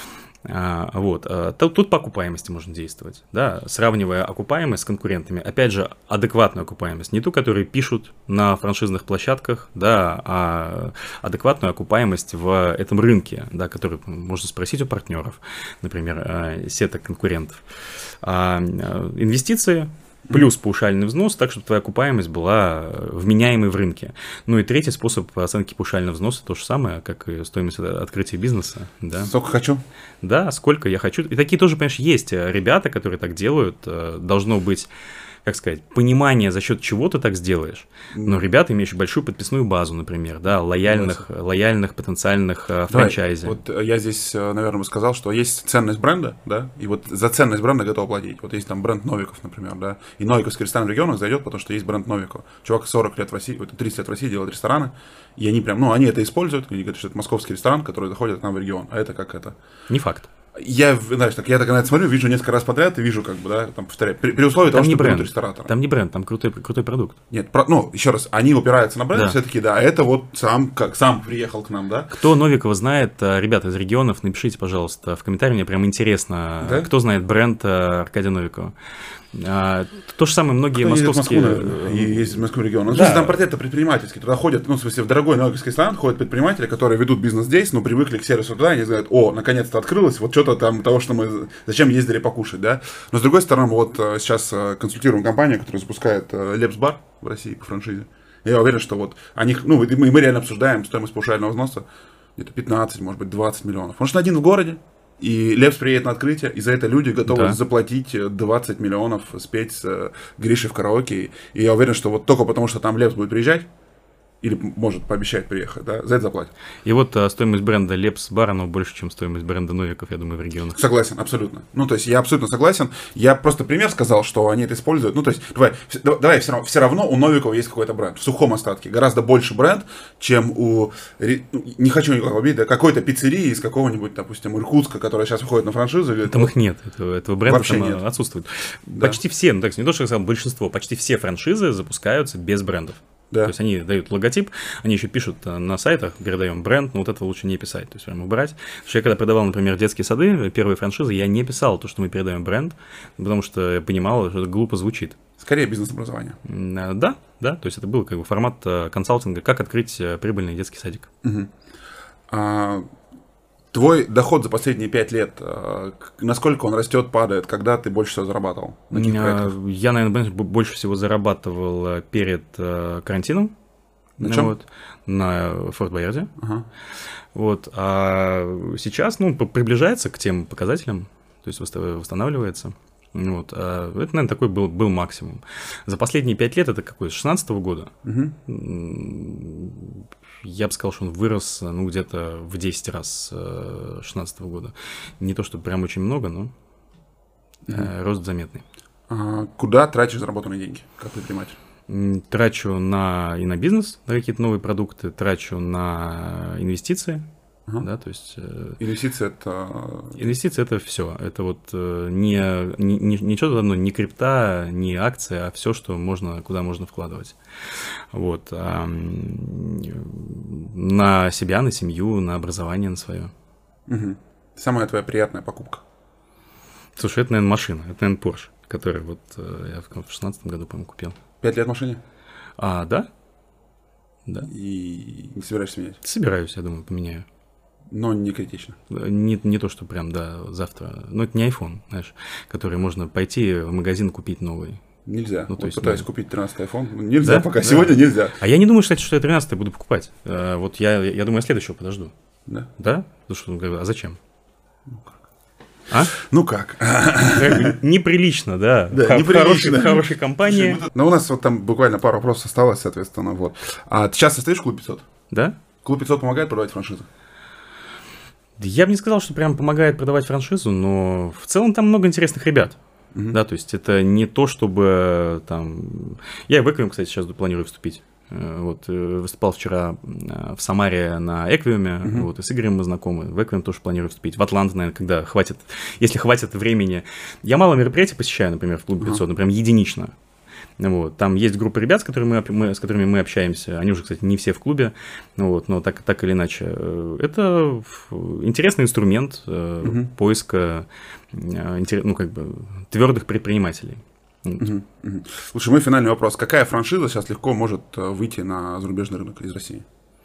B: А, вот. А, тут по окупаемости можно действовать, да, сравнивая окупаемость с конкурентами. Опять же, адекватную окупаемость, не ту, которую пишут на франшизных площадках, да, а адекватную окупаемость в этом рынке, да, который можно спросить у партнеров, например, сеток конкурентов. А, инвестиции плюс паушальный взнос, так, чтобы твоя окупаемость была вменяемой в рынке. Ну и третий способ оценки паушального взноса то же самое, как и стоимость открытия бизнеса. Да.
A: Сколько хочу?
B: Да, сколько я хочу. И такие тоже, понимаешь, есть ребята, которые так делают. Должно быть, как сказать, понимание, за счет чего ты так сделаешь. Но ребята, имеющие большую подписную базу, например, да, лояльных, лояльных потенциальных Давай, франчайзи.
A: Вот я здесь, наверное, бы сказал, что есть ценность бренда, да, и вот за ценность бренда готов платить. Вот есть там бренд Новиков, например, да, и Новиковский ресторан в регионах зайдет, потому что есть бренд Новикова. Чувак сорок лет в России, тридцать лет в России делает рестораны, и они прям, ну, они это используют, они говорят, что это московский ресторан, который заходит к нам в регион, а это как это?
B: Не факт.
A: Я, знаешь, так, я так на это смотрю, вижу несколько раз подряд и вижу, как бы, да, там, повторяю, при, при условии
B: Там
A: того,
B: не
A: что
B: бренд.
A: будут рестораторы.
B: Там не бренд, там крутой, крутой продукт.
A: Нет, про, ну, еще раз, они упираются на бренд,
B: Да.
A: все-таки, да, это вот сам, как сам приехал к нам, да.
B: Кто Новикова знает, э, ребята из регионов, напишите, пожалуйста, в комментарии, мне прям интересно,
A: Да?
B: кто знает бренд э, Аркадия Новикова. А, то же самое многие
A: Кто едет в
B: московские...
A: Москву, наверное, и ездит в Москву регион. Ну,
B: Да.
A: слушай, там портрет предпринимательский. Туда ходят, ну, в смысле, в дорогой новиковский ресторан ходят предприниматели, которые ведут бизнес здесь, но привыкли к сервису туда, и они говорят, о, наконец-то открылось, вот что-то там того, что мы зачем ездили покушать, да. Но с другой стороны, вот э, сейчас э, консультируем компанию, которая запускает э, Лепс-бар в России по франшизе. Я уверен, что вот они, ну, мы, мы реально обсуждаем стоимость паушального взноса, где-то пятнадцать, может быть, двадцать миллионов. Он же один в городе. И Лепс приедет на открытие, и за это люди готовы
B: Да.
A: заплатить двадцать миллионов, спеть с э, Гришей в караоке. И я уверен, что вот только потому, что там Лепс будет приезжать, или может пообещать приехать, да, за это заплатят.
B: И вот а, стоимость бренда Лепс Бар, она больше, чем стоимость бренда Новиков, я думаю, в регионах.
A: Согласен, абсолютно. Ну, то есть я абсолютно согласен. Я просто пример сказал, что они это используют. Ну, то есть, давай, вс- давай все, равно, все равно у Новикова есть какой-то бренд. В сухом остатке. Гораздо больше бренд, чем у, ре- ну, не хочу никого обидеть, да, какой-то пиццерии из какого-нибудь, допустим, Иркутска, которая сейчас выходит на франшизу. И говорит,
B: Там их нет, этого, этого бренда
A: Вообще
B: там
A: нет.
B: отсутствует.
A: Да.
B: Почти все, ну так не то, что я сказал, большинство, почти все франшизы запускаются без брендов.
A: Да.
B: То есть они дают логотип, они еще пишут э, на сайтах, передаем бренд, но вот этого лучше не писать, то есть прям убрать. Потому что я когда продавал, например, детские сады, первые франшизы, я не писал то, что мы передаем бренд, потому что я понимал, что это глупо звучит.
A: Скорее бизнес-образование.
B: М, э, Да, да, то есть это был как бы формат э, консалтинга, как открыть э, прибыльный детский садик.
A: Мгм. А, твой доход за последние пять лет, а, к- насколько он растет, падает, когда ты больше всего зарабатывал? На каких
B: Э,
A: проектах?
B: Я, наверное, больше всего зарабатывал э, перед э, карантином.
A: На
B: Ну
A: чем?
B: вот, на Форт Боярде.
A: Ага.
B: Вот, а сейчас, ну, п- приближается к тем показателям, то есть восста- восстанавливается. Вот, а это, наверное, такой был, был максимум. За последние пять лет, это какой, с шестнадцатого года,
A: Мгм.
B: м, я бы сказал, что он вырос, ну, где-то в десять раз с шестнадцатого года. Не то, что прям очень много, но э, рост заметный.
A: А, куда тратишь заработанные деньги, как предприниматель?
B: М, Трачу на, и на бизнес, на какие-то новые продукты, трачу на инвестиции,
A: Ага.
B: да, то есть... э,
A: Инвестиции это...
B: Инвестиции это все. Это вот э, не, не, не, не что-то одно, не крипта, не акция, а все, что можно, куда можно вкладывать. Вот. А, м, на себя, на семью, на образование, на свое.
A: Мгм. Самая твоя приятная покупка?
B: Слушай, это, наверное, машина, это, наверное, Porsche, который вот э, я в шестнадцатом году, по-моему, купил.
A: Пять лет в машине?
B: А, да? Да.
A: И не собираешься менять?
B: Собираюсь, я думаю, поменяю.
A: Но не критично.
B: Не, не то, что прям, да, завтра. Но это не iPhone, знаешь, который можно пойти в магазин купить новый.
A: Нельзя.
B: Ну,
A: Вот
B: то есть,
A: пытаюсь
B: да.
A: купить тринадцатый iPhone. Ну, Нельзя
B: Да?
A: пока.
B: Да.
A: Сегодня нельзя.
B: А я не думаю, кстати, что я тринадцатый буду покупать. Э, Вот я, я думаю, я следующего подожду.
A: Да.
B: Да? Ну что, ну, как бы, а зачем? А?
A: Ну как?
B: Как бы неприлично, да.
A: Да,
B: В х- в
A: неприлично.
B: хорошей, в хорошей компании.
A: Ну, у нас вот там буквально пару вопросов осталось, соответственно, вот. А ты сейчас состоишь в клубе пятьсот?
B: Да?
A: Клуб пятьсот помогает продавать франшизы?
B: Я бы не сказал, что прям помогает продавать франшизу, но в целом там много интересных ребят.
A: Мгм.
B: Да, то есть это не то, чтобы там... Я и в Эквиум, кстати, сейчас планирую вступить. Э, Вот, э, выступал вчера э, в Самаре на Эквиуме,
A: Мгм.
B: вот, и с Игорем мы знакомы. В Эквиум тоже планирую вступить. В Атлант, наверное, когда хватит, если хватит времени. Я мало мероприятий посещаю, например, в клубе
A: Ага.
B: пятьсот, ну, прям единично. Вот. Там есть группа ребят, с которыми мы, об- мы- с которыми мы общаемся. Они уже, кстати, не все в клубе, ну вот, но так, так или иначе. э, Это ф- интересный инструмент э,
A: Мгм.
B: поиска э, интер- ну, как бы, твердых предпринимателей. Вот.
A: Мгм, мгм. Слушай, мой финальный вопрос. Какая франшиза сейчас легко может э, выйти на зарубежный рынок из России?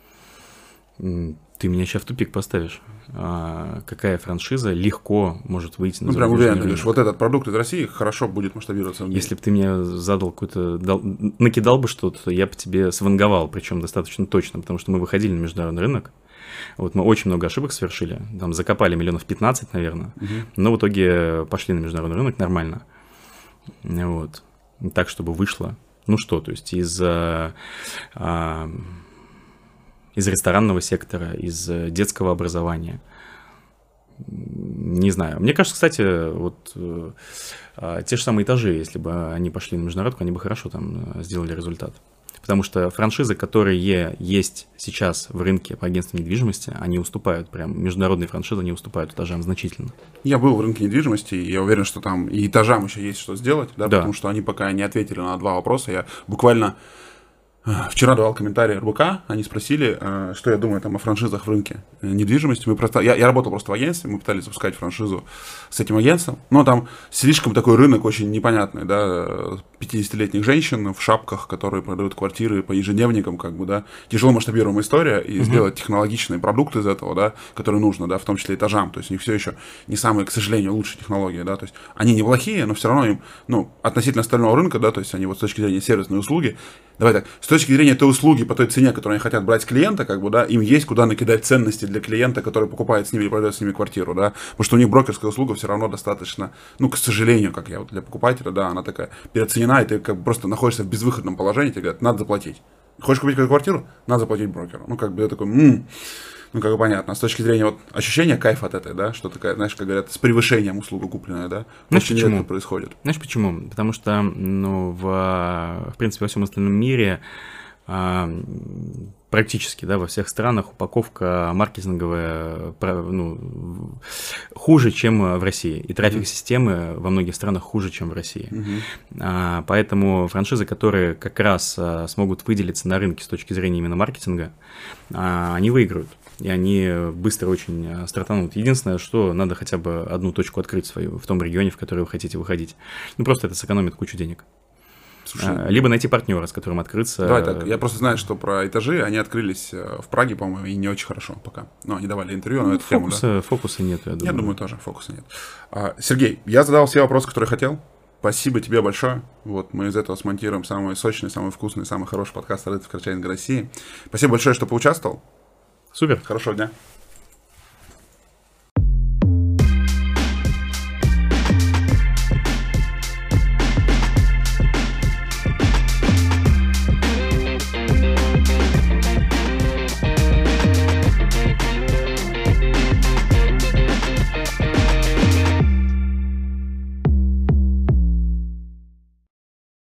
B: М, Ты меня сейчас в тупик поставишь. А, какая франшиза легко может выйти на
A: Ну, прям
B: зарубежный
A: уверен,
B: рынок?
A: говоришь, вот этот продукт из России хорошо будет масштабироваться в мире.
B: Если бы ты мне задал какой-то, дал- накидал бы что-то, то я бы тебе сванговал, причем достаточно точно, потому что мы выходили на международный рынок, вот мы очень много ошибок совершили, там закопали миллионов пятнадцать, наверное,
A: Мгм.
B: но в итоге пошли на международный рынок нормально, вот, так, чтобы вышло, ну что, то есть из, а, а, из ресторанного сектора, из э, детского образования. Не знаю. Мне кажется, кстати, вот э, а, те же самые этажи, если бы они пошли на международку, они бы хорошо там э, сделали результат. Потому что франшизы, которые есть сейчас в рынке по агентству недвижимости, они уступают, прям международные франшизы не уступают этажам значительно.
A: Я был в рынке недвижимости, и я уверен, что там и этажам еще есть что сделать, да,
B: Да.
A: потому что они пока не ответили на два вопроса. Я буквально вчера давал комментарий эр бэ ка, они спросили, что я думаю там о франшизах в рынке недвижимости. Мы просто, я, я работал просто в агентстве, мы пытались запускать франшизу с этим агентством, но там слишком такой рынок очень непонятный, да, пятидесятилетних женщин в шапках, которые продают квартиры по ежедневникам, как бы, да, тяжело масштабируемая история, и uh-huh. сделать технологичные продукты из этого, да, которые нужно, да, в том числе этажам, то есть у них все еще не самые, к сожалению, лучшие технологии, да, то есть они неплохие, но все равно им, ну, относительно остального рынка, да, то есть они вот с точки зрения сервисной услуги, давай так, с точки зрения той услуги по той цене, которую они хотят брать с клиента, как бы, да, им есть куда накидать ценности для клиента, который покупает с ними или продает с ними квартиру, да, потому что у них брокерская услуга все равно достаточно, ну, к сожалению, как я вот для покупателя, да, она такая переоценена, и ты как бы просто находишься в безвыходном положении, тебе говорят, надо заплатить. Хочешь купить какую-то квартиру? Надо заплатить брокеру. Ну, как бы я такой, м-м, ну, как бы понятно. А с точки зрения вот ощущения кайфа от этой, да, что такая, знаешь, как говорят, с превышением услуга купленная, да,
B: знаешь,
A: очень
B: почему?
A: редко происходит.
B: Знаешь почему? Потому что, ну, в, в принципе, во всем остальном мире практически, да, во всех странах упаковка маркетинговая, ну, хуже, чем в России. И трафик системы во многих странах хуже, чем в России. Uh-huh. Поэтому франшизы, которые как раз смогут выделиться на рынке с точки зрения именно маркетинга, они выиграют. И они быстро очень стартанут. Единственное, что надо хотя бы одну точку открыть свою в том регионе, в который вы хотите выходить. Ну, просто это сэкономит кучу денег. Слушай, либо найти партнера, с которым открыться.
A: Давай так, я просто знаю, что про этажи, они открылись в Праге, по-моему, и не очень хорошо пока. Ну, они давали интервью на
B: ну,
A: эту
B: фокуса,
A: тему, да?
B: Фокуса нет, я думаю.
A: Я думаю, тоже фокуса нет. А, Сергей, я задал все вопросы, которые хотел. Спасибо тебе большое. Вот мы из этого смонтируем самый сочный, самый вкусный, самый хороший подкаст о рынке франчайзинга России. Спасибо большое, что поучаствовал.
B: Супер.
A: Хорошего дня.